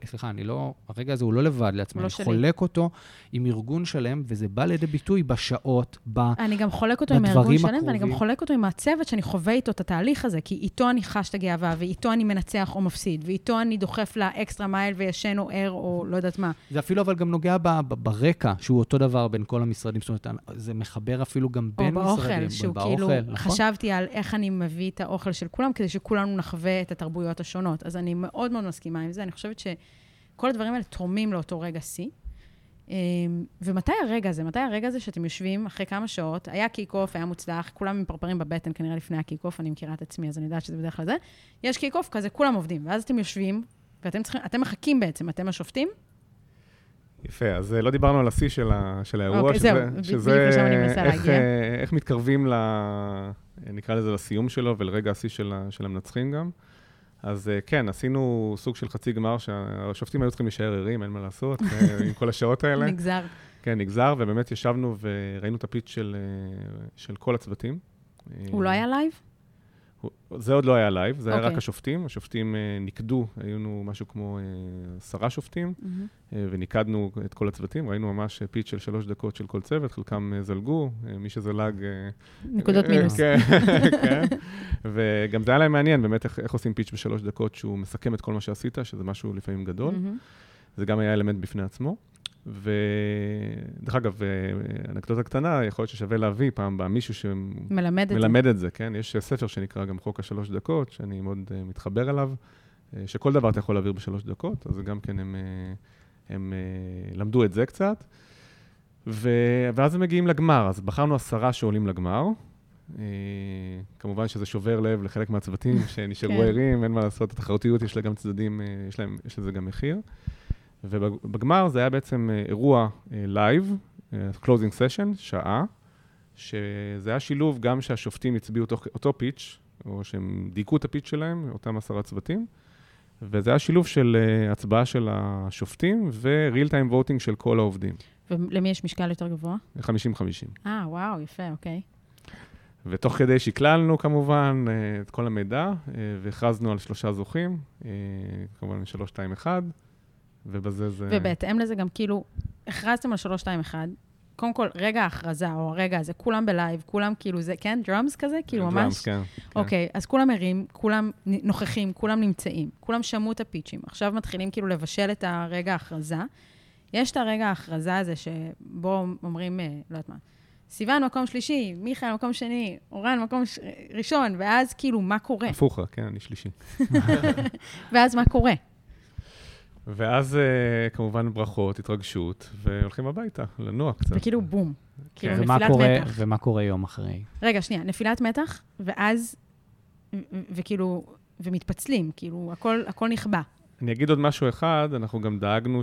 הרגע הזה הוא לא לבד לעצמי. אני חולק אותו עם ארגון שלם, וזה בא לידי ביטוי בשעות, בדברים הקרובים. אני גם חולק אותו עם הארגון שלם, ואני גם חולק אותו עם הצוות שאני חווה איתו את התהליך הזה, כי איתו אני חש את הגאווה, ואיתו אני מנצח או מפסיד, ואיתו אני דוחף לאקסטרה מייל וישן או ער או לא יודעת מה. זה אפילו אבל גם נוגע ברקע, שהוא אותו דבר בין כל המשרדים. זאת אומרת, זה מחבר אפילו גם בין משרדים. כאילו, חשבתי על איך אני מביא את האוכל של כולם, כדי שכולנו נחווה את התרבויות השונות. אז אני מאוד מאוד מסכימה עם זה. אני חושבת שכל הדברים האלה תורמים לאותו רגע C. ומתי הרגע הזה? מתי הרגע הזה שאתם יושבים אחרי כמה שעות? היה קיק-אוף, היה מוצלח, כולם מפרפרים בבטן כנראה לפני הקיק-אוף, אני מכירה את עצמי, אז אני יודעת שזה בדרך כלל זה. יש קיק-אוף כזה, כולם עובדים. ואז אתם יושבים, ואתם מחכים בעצם, אתם השופטים. יפה, אז לא דיברנו על השיא של האירוע, שזה איך מתקרבים, נקרא לזה, לסיום שלו, ולרגע השיא של המנצחים גם. אז כן, עשינו סוג של חצי גמר, שהשופטים היו צריכים להישאר ערים, אין מה לעשות, עם כל השעות האלה. נגזר. כן, נגזר, ובאמת ישבנו וראינו את הפיץ' של כל הצוותים. הוא לא היה לייב? זה עוד לא היה לייב, זה היה אוקיי. רק השופטים. השופטים ניקדו, היינו משהו כמו 10 שופטים, וניקדנו את כל הצוותים. ראינו ממש פיץ' של 3 דקות של כל צוות, חלקם זלגו, מי שזלג... נקודות מינוס. כן, כן. וגם זה היה להם מעניין, באמת, איך עושים פיץ' ב3 דקות שהוא מסכם את כל מה שעשית, שזה משהו לפעמים גדול. זה גם היה אלמנט בפני עצמו. ודרך אגב, אנקדוטה קטנה, יכול להיות ששווה להביא פעם בא מישהו שמלמד את זה, כן? יש ספר שנקרא גם חוק ה3 דקות, שאני מאוד מתחבר אליו, שכל דבר אתה יכול להעביר ב3 דקות, אז גם כן הם למדו את זה קצת, ואז הם מגיעים לגמר, אז בחרנו 10 שעולים לגמר, כמובן שזה שובר לב לחלק מהצוותים שנשארו ערים, אין מה לעשות, התחרותיות יש לה גם צדדים, יש לזה גם מחיר, ובגמר זה היה בעצם אירוע לייב, closing session, שעה, שזה היה שילוב גם שהשופטים הצביעו אותו פיץ', או שהם דייקו את הפיץ' שלהם, אותם 10 צוותים, וזה היה שילוב של הצבעה של השופטים ו-real time voting של כל העובדים. ולמי יש משקל יותר גבוה? 50-50. וואו, יפה, אוקיי. ותוך כדי שקללנו כמובן את כל המידע, והכרזנו על 3 זוכים, כמובן 3-2-1, ובזה זה... ובהתאם לזה גם כאילו, הכרזתם על 3-2-1, קודם כל, רגע ההכרזה, או הרגע הזה, כולם בלייב, כולם כאילו זה, כן? דרמס כזה? כאילו ממש... דרמס, כן. אוקיי, אז כולם ערים, כולם נוכחים, כולם נמצאים, כולם שמעו את הפיצ'ים. עכשיו מתחילים כאילו לבשל את הרגע ההכרזה. יש את הרגע ההכרזה הזה שבו אומרים, לא יודעת מה, סיוון מקום שלישי, מיכאל מקום שני, אורן מקום ראשון, ואז כאילו, מה קורה? הפוך, כן, אני שלישי. ואז מה קורה? ואז כמובן ברכות, התרגשות, והולכים הביתה, לנוע קצת. וכאילו בום. כאילו ומה נפילת קורה, מתח. ומה קורה יום אחרי? רגע, שנייה, נפילת מתח, ואז, וכאילו, ומתפצלים, כאילו, הכל נכבה. אני אגיד עוד משהו אחד, אנחנו גם דאגנו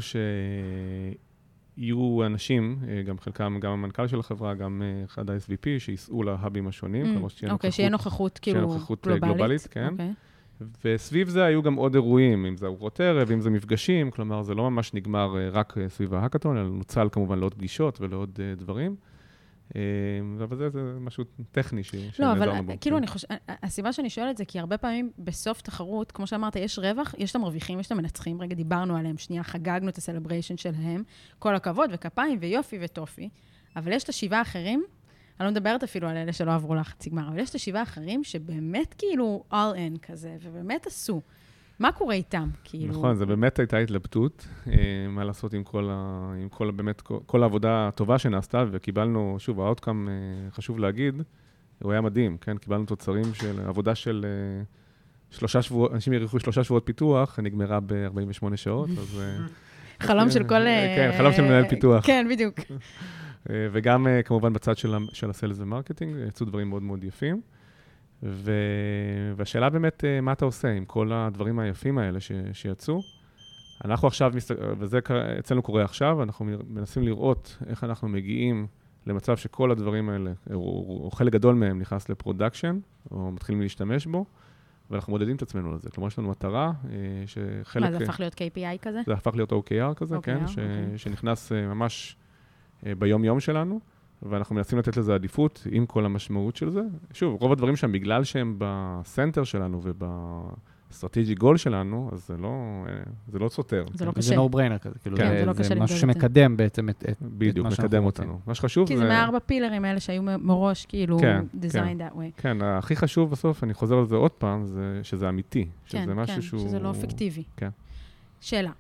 שיהיו אנשים, גם חלקם, גם המנכ"ל של החברה, גם אחד ה-SVP, שיסעו להאבים השונים. אוקיי, שיהיה נוכחות כאילו גלובלית, כן. וסביב זה היו גם עוד אירועים, אם זה ארוחות ערב, אם זה מפגשים, כלומר, זה לא ממש נגמר רק סביב ההאקתון, אלא נוצל כמובן לעוד פגישות ולעוד דברים. אבל זה משהו טכני לא, אבל כאילו אני חושבת, הסיבה שאני שואלת זה כי הרבה פעמים בסוף תחרות, כמו שאמרת, יש רווח, יש את המרוויחים, יש את המנצחים, רגע דיברנו עליהם, שנייה, חגגנו את הסלבריישן שלהם, כל הכבוד וכפיים ויופי וטופי, אבל יש את 7 האחרים, אני לא מדברת אפילו על אלה שלא עברו לחצי גמר, אבל יש את 7 האחרים שבאמת כאילו all in כזה, ובאמת עשו. מה קורה איתם? כאילו... נכון, זה באמת הייתה התלבטות, מה לעשות עם כל באמת, כל העבודה הטובה שנעשתה, וקיבלנו, שוב, האוטקאם, חשוב להגיד, הוא היה מדהים, כן? קיבלנו תוצרים של עבודה של 3 שבועות, אנשים יריחו 3 שבועות פיתוח, נגמרה ב-48 שעות, אז... חלום של כל... כן, חלום של מנהל פיתוח. כן, בדיוק. וגם כמובן בצד של הסיילס ומרקטינג, יצאו דברים מאוד מאוד יפים. והשאלה באמת, מה אתה עושה עם כל הדברים היפים האלה שיצאו? אנחנו עכשיו, וזה אצלנו קורה עכשיו, אנחנו מנסים לראות איך אנחנו מגיעים למצב שכל הדברים האלה, או חלק גדול מהם נכנס לפרודקשן, או מתחילים להשתמש בו, ואנחנו מודדים את עצמנו לזה. כלומר, יש לנו מטרה שחלק... מה, זה הפך להיות KPI כזה? זה הפך להיות OKR כזה, כן, שנכנס ממש ביום-יום שלנו. ואנחנו מנסים לתת לזה עדיפות עם כל המשמעות של זה. שוב, רוב הדברים שם, בגלל שהם בסנטר שלנו ובסטרטג'י גול שלנו, אז זה לא סותר. זה לא קשה. זה no-brainer כזה. כן, זה משהו שמקדם בעצם את מה שאנחנו רוצים. בדיוק, מקדם אותנו. מה שחשוב זה... כי זה מה4 פילרים האלה שהיו מראש, כאילו, designed that way. כן, הכי חשוב בסוף, אני חוזר על זה עוד פעם, שזה אמיתי. שזה משהו שהוא... שזה לא אפקטיבי. כן. שאלה.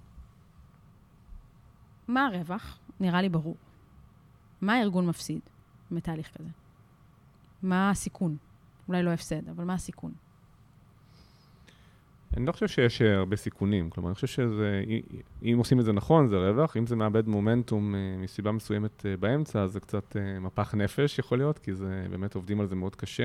מה הרווח? נראה לי ברור. מה הארגון מפסיד בתהליך כזה? מה הסיכון? אולי לא הפסד, אבל מה הסיכון? אני לא חושב שיש הרבה סיכונים. כלומר, אני חושב שזה, אם עושים את זה נכון, זה רווח. אם זה מאבד מומנטום מסיבה מסוימת באמצע, אז זה קצת מפח נפש יכול להיות, כי זה באמת עובדים על זה מאוד קשה.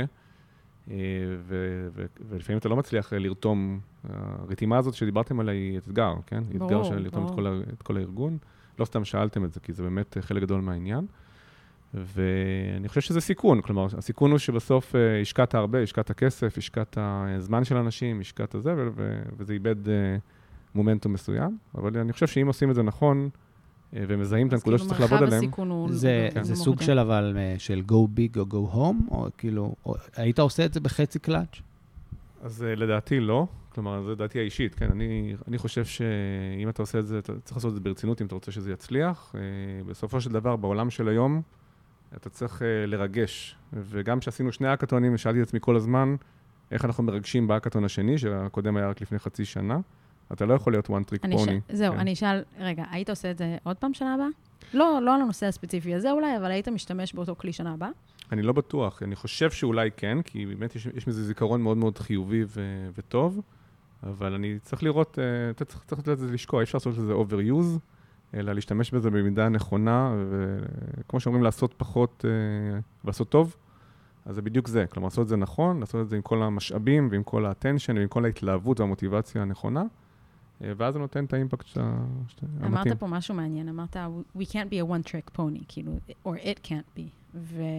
ולפעמים אתה לא מצליח לרתום, הרתימה הזאת שדיברתם עליה היא אתגר, כן? ברור, אתגר של לרתום את כל הארגון. לא סתם שאלתם את זה, כי זה באמת חלק גדול מהעניין. ואני חושב שזה סיכון, כלומר, הסיכון הוא שבסוף השקעת הרבה, השקעת כסף, השקעת הזמן של אנשים, השקעת זה, וזה איבד מומנטום מסוים. אבל אני חושב שאם עושים את זה נכון, ומזהים את הנקודות שצריך לעבוד עליהן. מרחב הסיכון הוא... זה סוג של אבל, של go big או go home, או כאילו, היית עושה את זה בחצי קלאץ'? אז לדעתי לא, כלומר, זו דעתי האישית, כן, אני חושב שאם אתה עושה את זה, אתה צריך לעשות את זה ברצינות, אם אתה רוצה שזה יצליח. בסופו של דבר, בעולם של היום, אתה צריך לרגש, וגם כשעשינו 2 האקתונים, ושאלתי את עצמי כל הזמן, איך אנחנו מרגשים באקתון השני, שהקודם היה רק לפני חצי שנה, אתה לא יכול להיות one trick pony. זהו, אני אשאל, רגע, היית עושה את זה עוד פעם שנה הבאה? לא על הנושא הספציפי הזה אולי, אבל היית משתמש באותו כלי שנה הבאה? אני לא בטוח, אני חושב שאולי כן, כי באמת יש מזה זיכרון מאוד מאוד חיובי וטוב, אבל אני צריך לראות, צריך לתת את זה לשקוע, אי אפשר לעשות את זה overuse, אלא להשתמש בזה במידה נכונה, וכמו שאומרים, לעשות פחות ולעשות טוב, אז זה בדיוק זה, כלומר, לעשות את זה נכון, לעשות את זה עם כל המשאבים ועם כל ה-attention ועם כל ההתלהבות והמוטיבציה הנכונה, ואז זה נותן את האימפקט המתאים. אמרת פה משהו מעניין, אמרת, we can't be a one-trick pony, כאילו, or it can't be.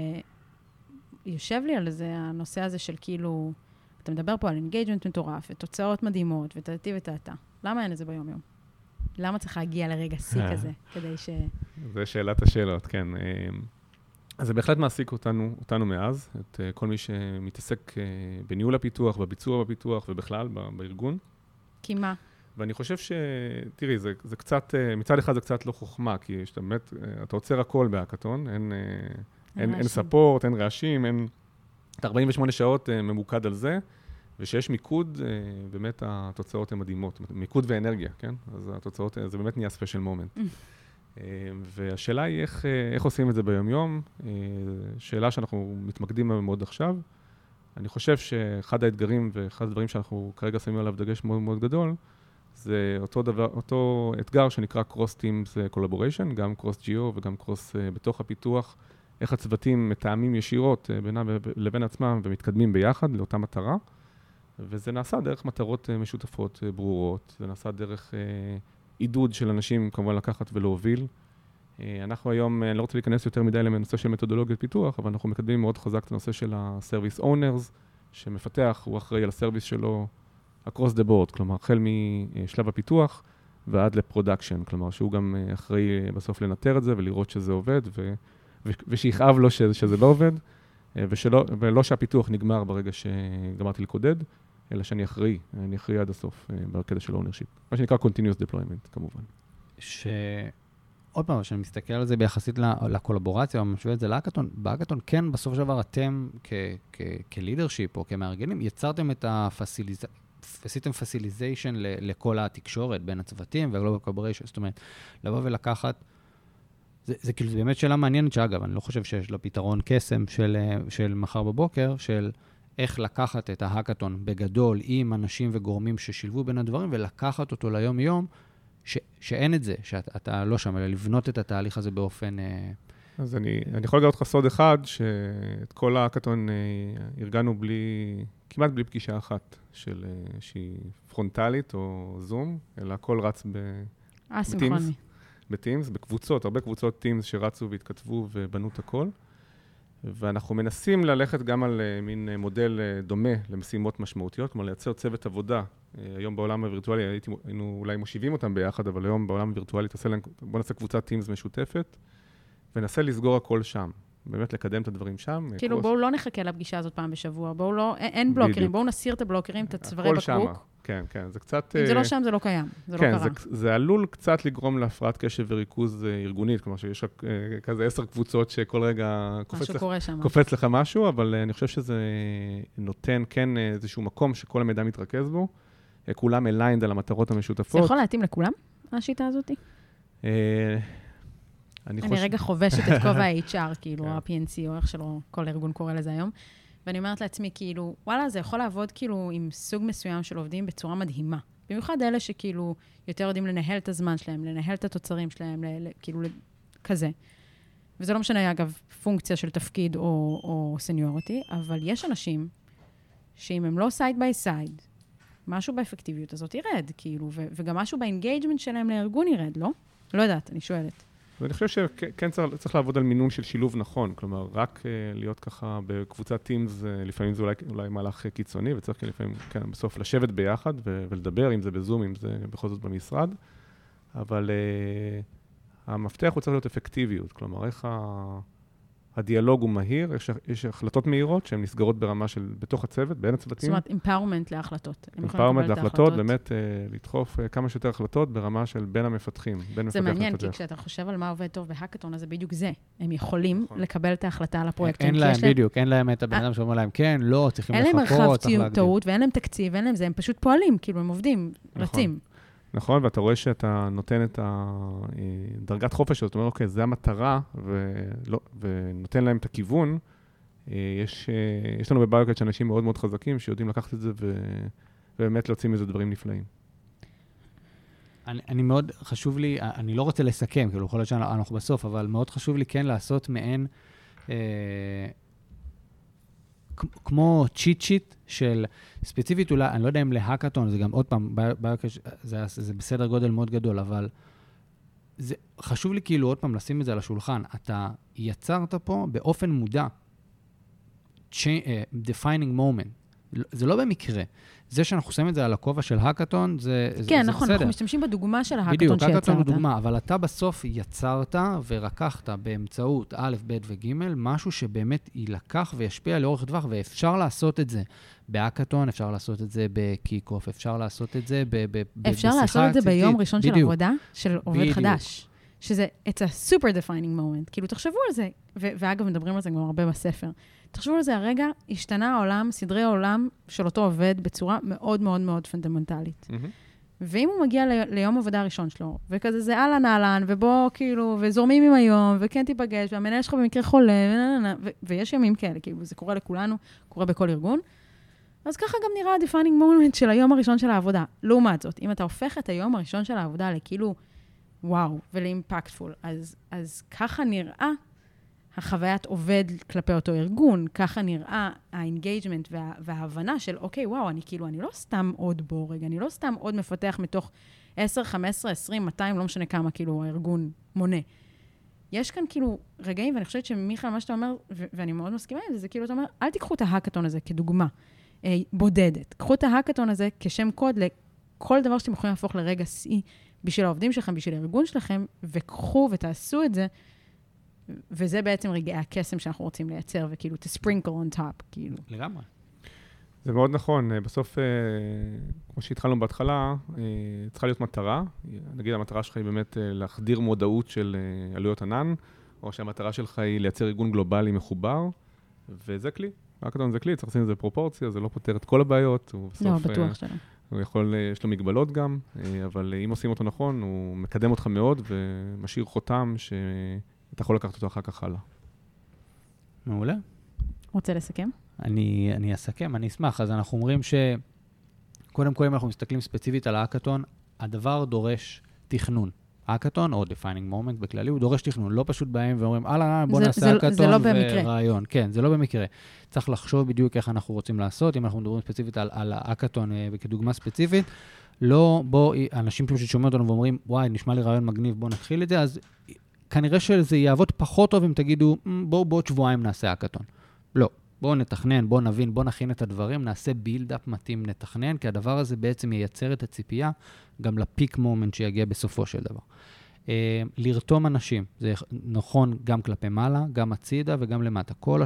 ויושב לי על זה, הנושא הזה של כאילו, אתה מדבר פה על engagement מטורף, ותוצאות מדהימות, ותעתי ותעתה. למה אין את זה ביום-יום? למה צריך להגיע לרגע שיא כזה, כדי ש... זה שאלת השאלות, כן. אז זה בהחלט מעסיק אותנו מאז, את כל מי שמתעסק בניהול הפיתוח, בביצוע בפיתוח, ובכלל בארגון. כי מה? ואני חושב תראי, זה קצת, מצד אחד זה קצת לא חוכמה, כי אתה באמת, אתה עוצר הכל בהאקתון, אין ספורט, אין רעשים, אין 48 שעות ממוקד על זה, ושיש מיקוד, באמת התוצאות הן מדהימות, מיקוד ואנרגיה, כן? אז התוצאות, זה באמת נהיה ספיישל מומנט. והשאלה היא איך עושים את זה ביום-יום, שאלה שאנחנו מתמקדים מאוד עכשיו. אני חושב שאחד האתגרים ואחד הדברים שאנחנו כרגע שמים עליו דגש מאוד מאוד גדול, זה אותו אתגר שנקרא Cross Teams Collaboration, גם Cross Geo וגם Cross בתוך הפיתוח, איך הצוותים מתאמים ישירות בינם לבין עצמם ומתקדמים ביחד לאותה מטרה, וזה נעשה דרך מטרות משותפות ברורות, זה נעשה דרך עידוד של אנשים כמובן לקחת ולהוביל. אנחנו היום, אני לא רוצה להיכנס יותר מדי לנושא של מתודולוגיות פיתוח, אבל אנחנו מקדמים מאוד חזק את הנושא של ה-Service Owners, שמפתח, הוא אחראי על הסרוויס שלו across the board, כלומר, החל משלב הפיתוח ועד לפרודקשן, כלומר, שהוא גם אחראי בסוף לנטר את זה ולראות שזה עובד, ושיכאב לו שזה לא עובד, ולא שהפיתוח נגמר ברגע שגמרתי לקודד, אלא שאני אחראי עד הסוף בקטע של ownership. מה שנקרא continuous deployment, כמובן. עוד פעם, כשאני מסתכל על זה ביחסית לקולבורציה, או משווה את זה להאקתון, בהאקתון כן, בסוף של דבר, אתם כלידרשיפ או כמארגנים, יצרתם את עשיתם פסיליזיישן לכל התקשורת בין הצוותים והגלובל קולבוריישן, זאת אומרת, לבוא ולקחת, זה כאילו באמת שאלה מעניינת, שאגב, אני לא חושב שיש לה פתרון קסם של מחר בבוקר, של איך לקחת את ההאקתון בגדול עם אנשים וגורמים ששילבו בין הדברים, ולקחת אותו ליום-יום, שאין את זה, שאתה לא שם, אלא לבנות את התהליך הזה באופן... אז אני יכול לגלות לך סוד אחד, שאת כל ההאקתון ארגנו כמעט בלי פגישה אחת, שהיא פרונטלית או זום, אלא הכל רץ בטימס, בקבוצות, הרבה קבוצות טימס שרצו והתכתבו ובנו את הכל. ואנחנו מנסים ללכת גם על מין מודל דומה למשימות משמעותיות, כלומר לייצר צוות עבודה. היום בעולם הווירטואלי היינו אולי מושיבים אותם ביחד, אבל היום בעולם הווירטואלי בוא נעשה קבוצת טימס משותפת, וננסה לסגור הכל שם. באמת לקדם את הדברים שם. כאילו בואו לא נחכה לפגישה הזאת פעם בשבוע, בואו לא, אין בלוקרים, בואו נסיר את הבלוקרים, את הצווארי בקבוק. כן, כן, זה קצת... אם זה לא שם, זה לא קיים, זה לא קרה. כן, זה עלול קצת לגרום להפרעת קשב וריכוז ארגונית, כלומר שיש כזה 10 קבוצות שכל רגע קופץ לך משהו, אבל אני חושב שזה נותן כן איזשהו מקום שכל המידע מתרכז בו, כולם aligned על המטרות המשותפות. זה יכול להתאים לכולם, השיטה הזאת? אני רגע חובשת את כובע ה-HR, כאילו, ה-PNC, או איך שלא כל ארגון קורא לזה היום. ואני אומרת לעצמי, כאילו, וואלה, זה יכול לעבוד כאילו עם סוג מסוים של עובדים בצורה מדהימה. במיוחד אלה שכאילו יותר יודעים לנהל את הזמן שלהם, לנהל את התוצרים שלהם, כאילו כזה. וזה לא משנה, אגב, פונקציה של תפקיד או סניוריטי, אבל יש אנשים שאם הם לא סייד ביי סייד, משהו באפקטיביות הזאת ירד, כאילו, וגם משהו באנגייג'מנט שלהם לארגון ירד, לא? לא יודעת, אני שואלת. ואני חושב שכן צריך לעבוד על מינון של שילוב נכון, כלומר, רק להיות ככה בקבוצת טימס, לפעמים זה אולי מהלך קיצוני, וצריך לפעמים בסוף לשבת ביחד ולדבר, אם זה בזום, אם זה בכל זאת במשרד, אבל המפתח הוא צריך להיות אפקטיביות, כלומר, איך הדיאלוג הוא מהיר, יש החלטות מהירות שהן נסגרות ברמה של בתוך הצוות, בין הצוותים. זאת אומרת, empowerment להחלטות. empowerment להחלטות, באמת לדחוף כמה שיותר החלטות ברמה של בין המפתחים, בין מפתח זה מעניין, לפתח. כי כשאתה חושב על מה עובד טוב בהאקתון, אז זה בדיוק זה. הם יכולים לקבל את ההחלטה על הפרויקט. אין להם, בדיוק, אין להם את הבן אדם שאומר להם, כן, לא, צריכים לחכות, צריך להגדיל. אין להם מרחב טעות, ואין להם תקציב, אין להם זה, הם פשוט פועלים, כאילו הם עובדים, רצים. נכון, ואתה רואה שאתה נותן את דרגת חופש, זאת אומרת, אוקיי, זה המטרה, ונותן להם את הכיוון. יש לנו בביוקט שאנשים מאוד מאוד חזקים, שיודעים לקחת את זה, ובאמת להוציא מזה דברים נפלאים. אני מאוד חשוב לי, אני לא רוצה לסכם, כאילו, יכול להיות שאנחנו בסוף, אבל מאוד חשוב לי כן לעשות מעין, כמו צ'יט שיט של ספציפית אולי, אני לא יודע אם להאקתון, זה גם עוד פעם, זה בסדר גודל מאוד גדול, אבל זה חשוב לי כאילו עוד פעם לשים את זה על השולחן. אתה יצרת פה באופן מודע, defining moment. זה לא במקרה. זה שאנחנו שמים את זה על הכובע של האקתון, זה בסדר. כן, נכון, אנחנו משתמשים בדוגמה של ההאקתון שיצרת. בדיוק, האקתון הוא דוגמה, אבל אתה בסוף יצרת ורקחת באמצעות א', ב' וג' משהו שבאמת יילקח וישפיע לאורך טווח, ואפשר לעשות את זה בהאקתון, אפשר לעשות את זה בקיק-אוף, אפשר לעשות את זה בשיחה. אפשר לעשות את זה ביום ראשון של עבודה של עובד חדש. שזה, it's a super defining moment. כאילו, תחשבו על זה, ואגב, מדברים על זה גם הרבה בספר. תחשבו על זה, הרגע השתנה העולם, סדרי העולם של אותו עובד בצורה מאוד מאוד מאוד פונדמנטלית. ואם הוא מגיע ליום עבודה הראשון שלו, וכזה זה אהלן, ובוא כאילו, וזורמים עם היום, וכן תיפגש, והמנהל שלך במקרה חולה, ויש ימים כאלה, כאילו, זה קורה לכולנו, קורה בכל ארגון. אז ככה גם נראה ה-defining moment של היום הראשון של העבודה. לעומת זאת, אם אתה הופך את היום הראשון של העבודה לכאילו, וואו, ולאימפקטפול, אז ככה נראה החוויית עובד כלפי אותו ארגון, ככה נראה האינגייג'מנט וההבנה של, אוקיי, וואו, אני לא סתם עוד בורג, אני לא סתם עוד מפתח מתוך 10, 15, 20, 200, לא משנה כמה, כאילו, הארגון מונה. יש כאן כאילו רגעים, ואני חושבת שמיכל, מה שאתה אומר, ואני מאוד מסכימה עם זה, זה כאילו, אתה אומר, אל תיקחו את ההאקתון הזה כדוגמה בודדת. קחו את ההאקתון הזה כשם קוד לכל דבר שאתם יכולים להפוך לרגע C בשביל העובדים שלכם, בשביל הארגון שלכם, וקחו ותעשו את זה, וזה בעצם רגעי הקסם שאנחנו רוצים לייצר, וכאילו, to sprinkle on top, כאילו. לגמרי. זה מאוד נכון. בסוף, כמו שהתחלנו בהתחלה, צריכה להיות מטרה. נגיד, המטרה שלך היא באמת להחדיר מודעות של עלויות ענן, או שהמטרה שלך היא לייצר ארגון גלובלי מחובר, וזה כלי. האקתון זה כלי, צריך לשים את זה פרופורציה, זה לא פותר את כל הבעיות. לא, בטוח שלא. הוא יכול, יש לו מגבלות גם, אבל אם עושים אותו נכון, הוא מקדם אותך מאוד, ומשאיר חותם שאתה יכול לקחת אותו אחר כך הלאה. מעולה. רוצה לסכם? אני אסכם, אני אשמח. אז אנחנו אומרים שקודם כל, אם אנחנו מסתכלים ספציפית על האקתון, הדבר דורש תכנון. האקתון, או defining moment בכללי, הוא דורש תכנון. לא פשוט בהם ואומרים, בוא נעשה האקתון ורעיון. כן, זה לא במקרה. צריך לחשוב בדיוק איך אנחנו רוצים לעשות. אם אנחנו מדברים ספציפית על האקתון כדוגמה ספציפית, לא, אנשים פשוט שומעים אותנו ואומרים, וואי, נשמע לי רעיון מגניב, בוא נתחיל את זה, אז כנראה שזה יעבוד פחות טוב אם תגידו, בואו בעוד שבועיים נעשה האקתון. לא. בואו נתכנן, בואו נבין, בואו נכין את הדברים, נעשה בילד-אפ מתאים, נתכנן, כי הדבר הזה בעצם ייצר את הציפייה גם לפיק מומנט שיגיע בסופו של דבר. לרתום אנשים, זה נכון גם כלפי מעלה, גם הצידה וגם למטה. כל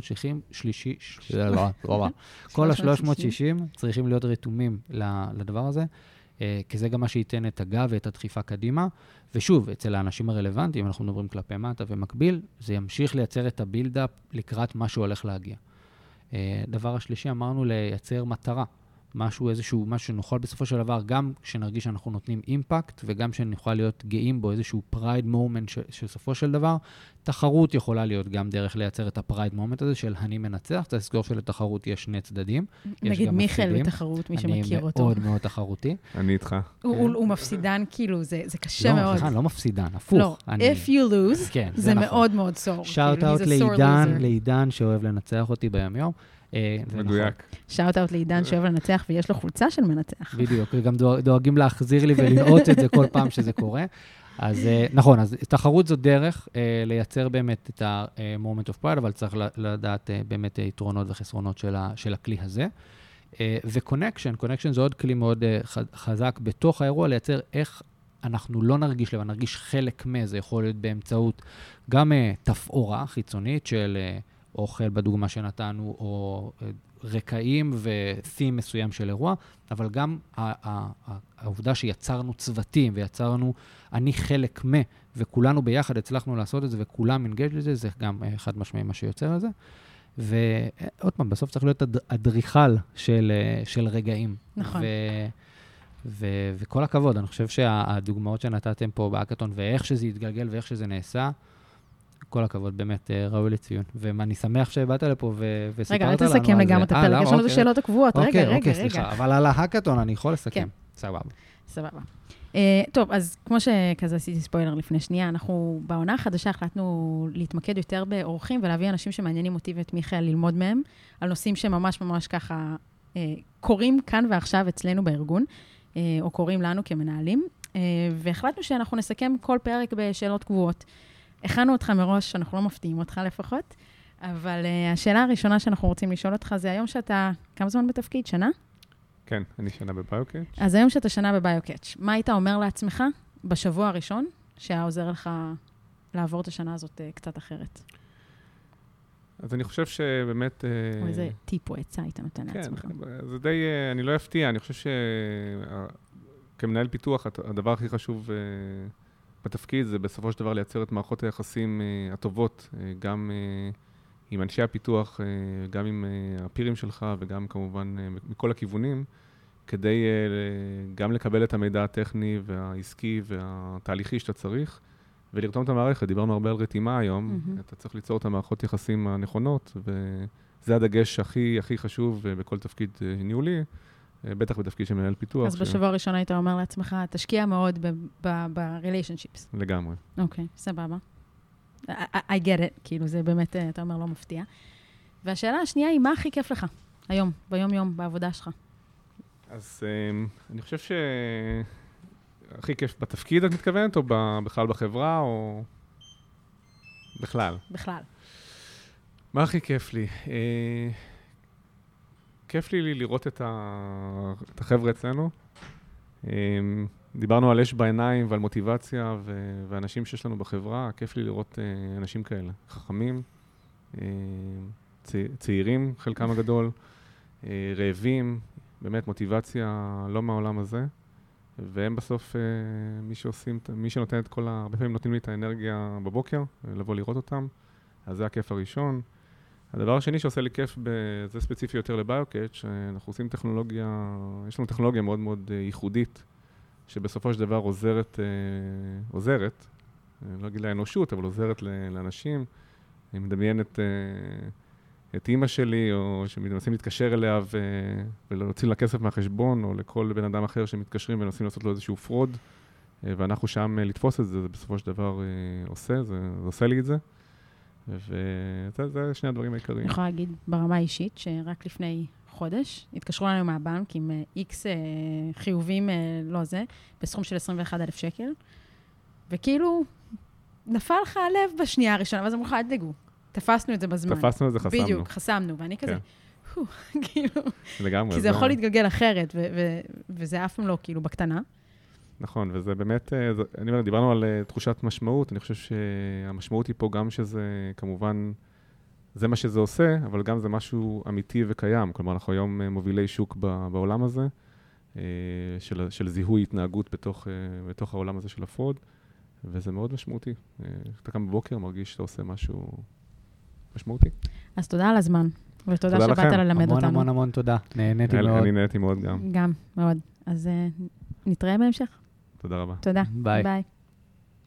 כל ה-360 צריכים להיות רתומים לדבר הזה, כי זה גם מה שייתן את הגב ואת הדחיפה קדימה. ושוב, אצל האנשים הרלוונטיים, אם אנחנו מדברים כלפי מטה ומקביל, זה ימשיך לייצר את הבילד-אפ לקראת מה שהוא הולך להגיע. דבר השלישי, אמרנו לייצר מטרה. משהו שנוכל בסופו של דבר, גם כשנרגיש שאנחנו נותנים אימפקט, וגם שנוכל להיות גאים בו איזשהו פרייד מומנט שסופו של דבר, תחרות יכולה להיות גם דרך לייצר את הפרייד מומנט הזה של אני מנצח, צריך לזכור שלתחרות יש שני צדדים. נגיד מיכאל בתחרות, מי שמכיר אותו. אני מאוד מאוד תחרותי. אני איתך. הוא מפסידן, כאילו, זה קשה מאוד. לא, סליחה, לא מפסידן, הפוך. לא, if you lose, זה מאוד מאוד סור. שאוט-אאוט לעידן שאוהב לנצח אותי ביום יום. מדויק. שאוט-אאוט לעידן שאוהב לנצח, ויש לו חולצה של מנצח. בדיוק, וגם דואגים להחזיר לי ולנעות את זה כל פעם שזה קורה. אז נכון, אז תחרות זו דרך לייצר באמת את ה-moment of pride, אבל צריך לדעת באמת יתרונות וחסרונות של הכלי הזה. ו-connection זה עוד כלי מאוד חזק בתוך האירוע, לייצר איך אנחנו לא נרגיש לבד, נרגיש חלק זה יכול להיות באמצעות גם תפאורה חיצונית של אוכל בדוגמה שנתנו, או רקעים ותים מסוים של אירוע, אבל גם העובדה שיצרנו צוותים ויצרנו אני חלק וכולנו ביחד הצלחנו לעשות את זה וכולם אינגייג' לזה, זה גם חד משמעי מה שיוצר על זה. ועוד פעם, בסוף צריך להיות אדריכל של רגעים. נכון. וכל הכבוד, אני חושב שהדוגמאות שנתתם פה בהאקתון, ואיך שזה יתגלגל ואיך שזה נעשה, כל הכבוד, באמת ראוי לציון. ואני שמח שבאת לפה וסיפרת לנו על זה. רגע, אל תסכם לגמרי את הפרק, יש לנו את השאלות הקבועות. רגע. סליחה, אבל על ההאקתון אני יכול לסכם. סבבה. טוב, אז כמו שכזה עשיתי ספוילר לפני שנייה, אנחנו בעונה החדשה החלטנו להתמקד יותר באורחים ולהביא אנשים שמעניינים אותי ואת מיכאל ללמוד מהם, על נושאים שממש ממש ככה קורים כאן ועכשיו אצלנו בארגון, או קוראים לנו כמנהלים, והחלטנו שאנחנו נסכם כל פרק בשאלות קבועות. הכנו אותך מראש, אנחנו לא מפתיעים אותך לפחות, אבל השאלה הראשונה שאנחנו רוצים לשאול אותך זה היום שאתה, כמה זמן בתפקיד? שנה? כן, אני שנה בביוקאץ'. אז היום שאתה שנה בביוקאץ', מה היית אומר לעצמך בשבוע הראשון, שהיה עוזר לך לעבור את השנה הזאת קצת אחרת? אז אני חושב שבאמת... או איזה טיפ או עצה היית נותן לעצמך. כן, זה די, אני לא אפתיע, אני חושב שכמנהל פיתוח, הדבר הכי חשוב בתפקיד זה בסופו של דבר לייצר את מערכות היחסים הטובות, גם עם אנשי הפיתוח, גם עם הפירים שלך וגם כמובן מכל הכיוונים, כדי גם לקבל את המידע הטכני והעסקי והתהליכי שאתה צריך, ולרתום את המערכת. דיברנו הרבה על רתימה היום, אתה צריך ליצור את המערכות יחסים הנכונות, וזה הדגש הכי חשוב בכל תפקיד ניהולי, בטח בתפקיד של מנהל פיתוח. אז בשבוע הראשון היית אומר לעצמך, תשקיע מאוד ב-relationships. לגמרי. אוקיי, סבבה. I get it, כאילו זה באמת, אתה אומר, לא מפתיע. והשאלה השנייה היא, מה הכי כיף לך היום, ביום-יום, בעבודה שלך? אז אני חושב הכי כיף בתפקיד, את מתכוונת, או בכלל בחברה, או בכלל? בכלל. מה הכי כיף לי? כיף לי לראות את החבר'ה אצלנו. דיברנו על אש בעיניים ועל מוטיבציה ואנשים שיש לנו בחברה. כיף לי לראות אנשים כאלה, חכמים, צעירים, חלקם הגדול, רעבים, באמת מוטיבציה לא מהעולם הזה. והם בסוף מי שנותן את הרבה פעמים נותנים לי את האנרגיה בבוקר, לבוא לראות אותם. אז זה הכיף הראשון. הדבר השני שעושה לי כיף, זה ספציפי יותר לביוקאץ', אנחנו עושים טכנולוגיה, יש לנו טכנולוגיה מאוד מאוד ייחודית, שבסופו של דבר עוזרת, לא אגיד לאנושות, אבל עוזרת לאנשים. אני מדמיין את אמא שלי, או שמנסים להתקשר אליה ולהוציא לה כסף מהחשבון, או לכל בן אדם אחר שמתקשרים ומנסים לעשות לו איזשהו פרוד, ואנחנו שם לתפוס את זה, זה בסופו של דבר זה עושה לי את זה. וזה שני הדברים העיקריים. אני יכולה להגיד ברמה האישית, שרק לפני חודש, התקשרו לנו מהבנק עם X חיובים, בסכום של 21,000 שקל, וכאילו נפל לך הלב בשנייה הראשונה, ואז אמרו לך, אל תדאגו, תפסנו את זה בזמן. תפסנו את זה, חסמנו. בדיוק, חסמנו, ואני כזה, כאילו, לגמרי. כי זה יכול להתגלגל אחרת, וזה אף פעם לא כאילו בקטנה. נכון, וזה באמת, אני אומר, דיברנו על תחושת משמעות, אני חושב שהמשמעות היא פה גם שזה, כמובן, זה מה שזה עושה, אבל גם זה משהו אמיתי וקיים. כלומר, אנחנו היום מובילי שוק בעולם הזה, של זיהוי התנהגות בתוך העולם הזה של הפרוד, וזה מאוד משמעותי. אתה קם בבוקר, מרגיש שאתה עושה משהו משמעותי. אז תודה על הזמן, ותודה שבאת ללמד אותנו. המון המון תודה, נהניתי מאוד. אני נהניתי מאוד גם. גם, מאוד. אז נתראה בהמשך. תודה רבה. תודה. ביי. ביי.